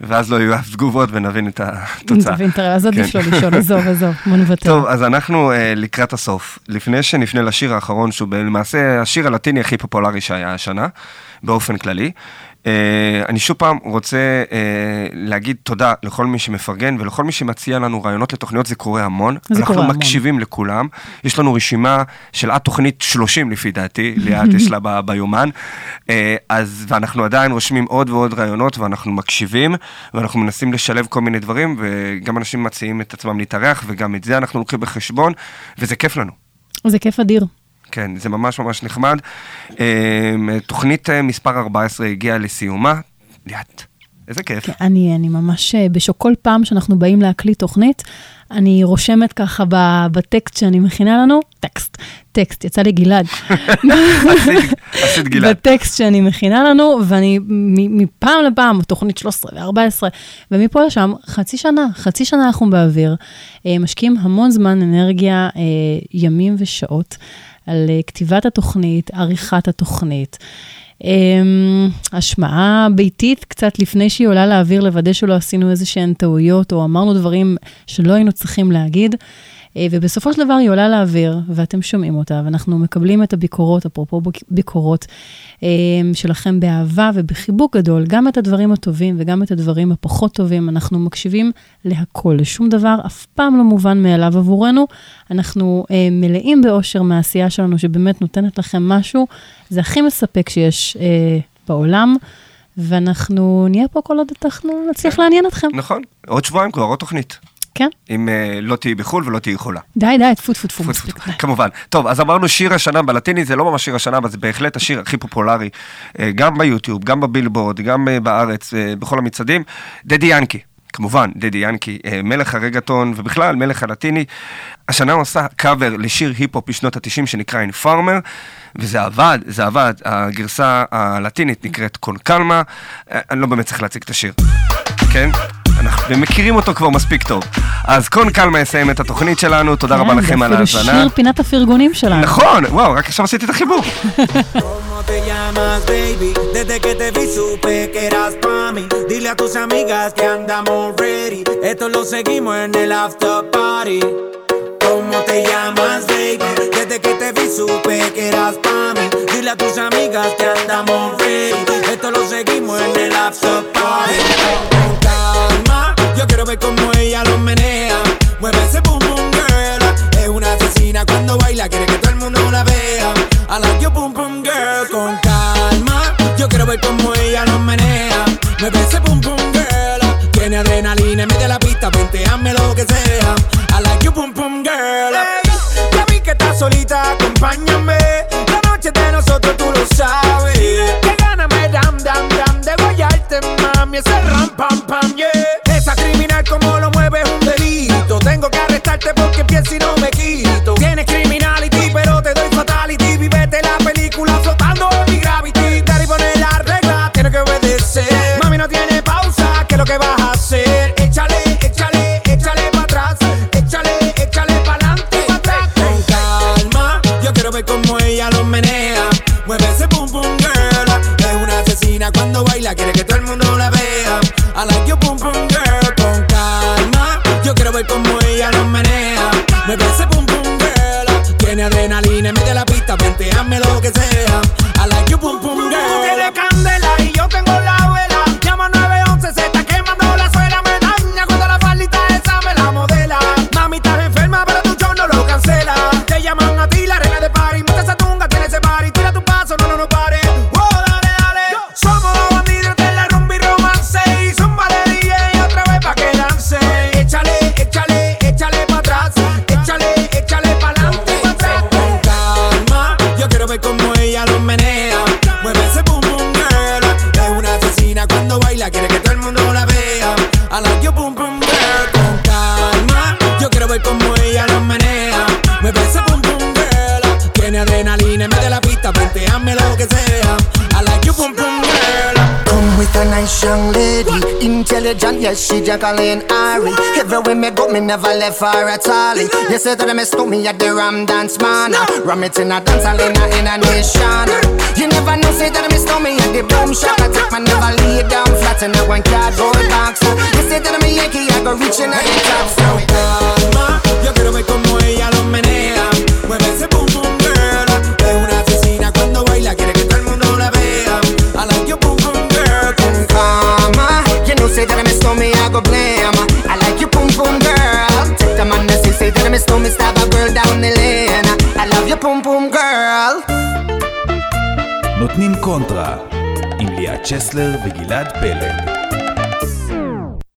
ואז לא יהיו אף תגובות ונבין את התוצאה. תבין, תראה, אז עדיף לא לשאול, עזוב, בוא נוותר. טוב, אז אנחנו לקראת הסוף. לפני שנפנה לשיר האחרון, שהוא למעשה השיר הלטיני הכי פופולרי שהיה השנה, באופן כללי, אני שוב פעם רוצה להגיד תודה לכל מי שמפרגן ולכל מי שמציע לנו רעיונות לתוכניות, זה קורה המון. אנחנו מקשיבים לכולם. יש לנו רשימה של עד תוכנית 30 לפי דעתי, ליאת יש לה ביומן, ואנחנו עדיין רושמים עוד ועוד רעיונות ואנחנו מקשיבים ואנחנו מנסים לשלב כל מיני דברים, וגם אנשים מציעים את עצמם להתארח וגם את זה אנחנו לוקחים בחשבון, וזה כיף לנו. זה כיף אדיר. כן, זה ממש ממש נחמד. תוכנית מספר 14 הגיעה לסיומה. ליאת, איזה כיף. כן, אני ממש בשוק. כל פעם שאנחנו באים להקליט תוכנית, אני רושמת ככה בטקסט שאני מכינה לנו, טקסט, יצא לי גלעד. עשית גלעד. בטקסט שאני מכינה לנו, ואני מפעם לפעם, תוכנית 13 ו-14, ומפה לשם, חצי שנה אנחנו באוויר, משקיעים המון זמן, אנרגיה, ימים ושעות, על כתיבת התוכנית, עריכת התוכנית, השמעה ביתית, קצת לפני שהיא עולה לאוויר, לוודא שלא עשינו איזה שהן טעויות, או אמרנו דברים שלא היינו צריכים להגיד, ובסופו של דבר היא עולה לאוויר, ואתם שומעים אותה, ואנחנו מקבלים את הביקורות, אפרופו ביקורות שלכם באהבה ובחיבוק גדול, גם את הדברים הטובים וגם את הדברים הפחות טובים, אנחנו מקשיבים להכל, לשום דבר, אף פעם לא מובן מאליו עבורנו, אנחנו מלאים באושר מהעשייה שלנו, שבאמת נותנת לכם משהו, זה הכי מספק שיש בעולם, ואנחנו נהיה פה כל עוד אנחנו נצליח לעניין אתכם. נכון, עוד שבועיים כבר עוד תוכנית. כן. אם לא תהי בחול ולא תהי חולה. די, טפו, מספיק. כמובן. טוב, אז אמרנו שיר השנה בלטיני, זה לא ממש שיר השנה, אבל זה בהחלט השיר הכי פופולרי, גם ביוטיוב, גם בבילבורד, גם בארץ, בכל המצעדים. דדי ינקי, כמובן, דדי ינקי, מלך הרגטון, ובכלל מלך הלטיני. השנה הוא עושה קאבר לשיר היפ-הופ בשנות ה-90 שנקרא אינפארמר, וזה עבד, הגרסה הלטינית נקראת קון קלמה, אני לא באמת צריך להציג את השיר, כן? אנחנו מכירים אותו כבר מספיק טוב. אז קון קלמה יסיים את התוכנית שלנו, תודה רבה לכם על ההאזנה. זה אפילו שיר פינת הפרגונים שלנו. נכון, וואו, רק עכשיו עשיתי את החיבור. te llamas, baby? Desde que te vi supe que eras pa' mí. Dile a tus amigas que andamos ready. Esto lo seguimos en el after party. ¿Cómo te llamas, baby? Desde que te vi supe que eras pa' mí. Dile a tus amigas que andamos ready. Esto lo seguimos en el after party. Con calma, yo quiero ver cómo ella lo menea. Mueve ese boom boom girl. Es una asesina cuando baila, quiere que todo el mundo la vea. I like your boom boom girl. Con calma, yo quiero ver cómo ella lo menea. Mueve ese boom boom girl. Tiene adrenalina, mete la pista, venteame lo que sea. I like your boom boom girl. Hey, ya vi que estás solita, acompáñame. La noche de nosotros tú lo sabes. Que gana me dam dam dam de guayarte, mami. Ese ram pam pam, yeah. Esa criminal como lo mueve es un delito. Tengo que arrestarte porque pienso y no me quito. Tienes criminality, pero te doy fatality. Vivete la película flotando en mi gravity. Dar y poner la regla, tiene que obedecer. Mami no tiene pausa, ¿qué es lo que vas a hacer? Échale, échale, échale pa' atrás. Échale, échale pa'lante, pa' atrás. Con calma, yo quiero ver cómo ella lo menea. Mueve ese boom boom girl. Es una asesina cuando baila, quiere que todo el mundo la vea. I like your boom boom girl. Con calma, yo quiero ver cómo ella lo menea. Mueve ese boom boom girl. Tiene adrenalina, mete la pista, venteame lo que sea. I like your boom boom girl. Tú tienes candela y yo tengo la vela. Llama 911, se está quemando la suela. Me daña cuando la faldita esa me la modela. Mami, estás enferma, pero tu show no lo cancela. Te llaman a ti la reina de party. Mete esa tunga, tiene ese party. Tira tu paso, no pare. Wow, dale, dale. Somos los bandidos de la rumba y romance. Y zumba de DJ otra vez pa' que lance. Échale, échale, échale pa' atrás. Échale, échale pa'lante, pa' atrás. Con calma, yo quiero ver cómo ella lo menea. Mueve ese boom boom girl. Es una asesina Nice young lady, intelligent, yes, she Jacqueline Ari. Everywhere me go, me never left her at all. You say that me stole me at the Ram Dance Man. Ram it in a dance hall in a nation. You never know, say that me stole me at the Boom Shop. I take my never lay down flat in a one cardboard box. You say that me Yankee, I go reaching at the top. So calma, yo quiero ver como ella lo menea. Mueve ese boom boom girl. Es una asesina cuando baila, quiere que todo el mundo la vea. I like your boom boom girl. Con calma, you know say that me stole me, I go blame. I like your boom boom girl. Take the man that say that me stole me, stab a girl down the lane. I love your boom boom girl. נותנים קונטרה עם ליאת צ'סלר וגלעד פלד.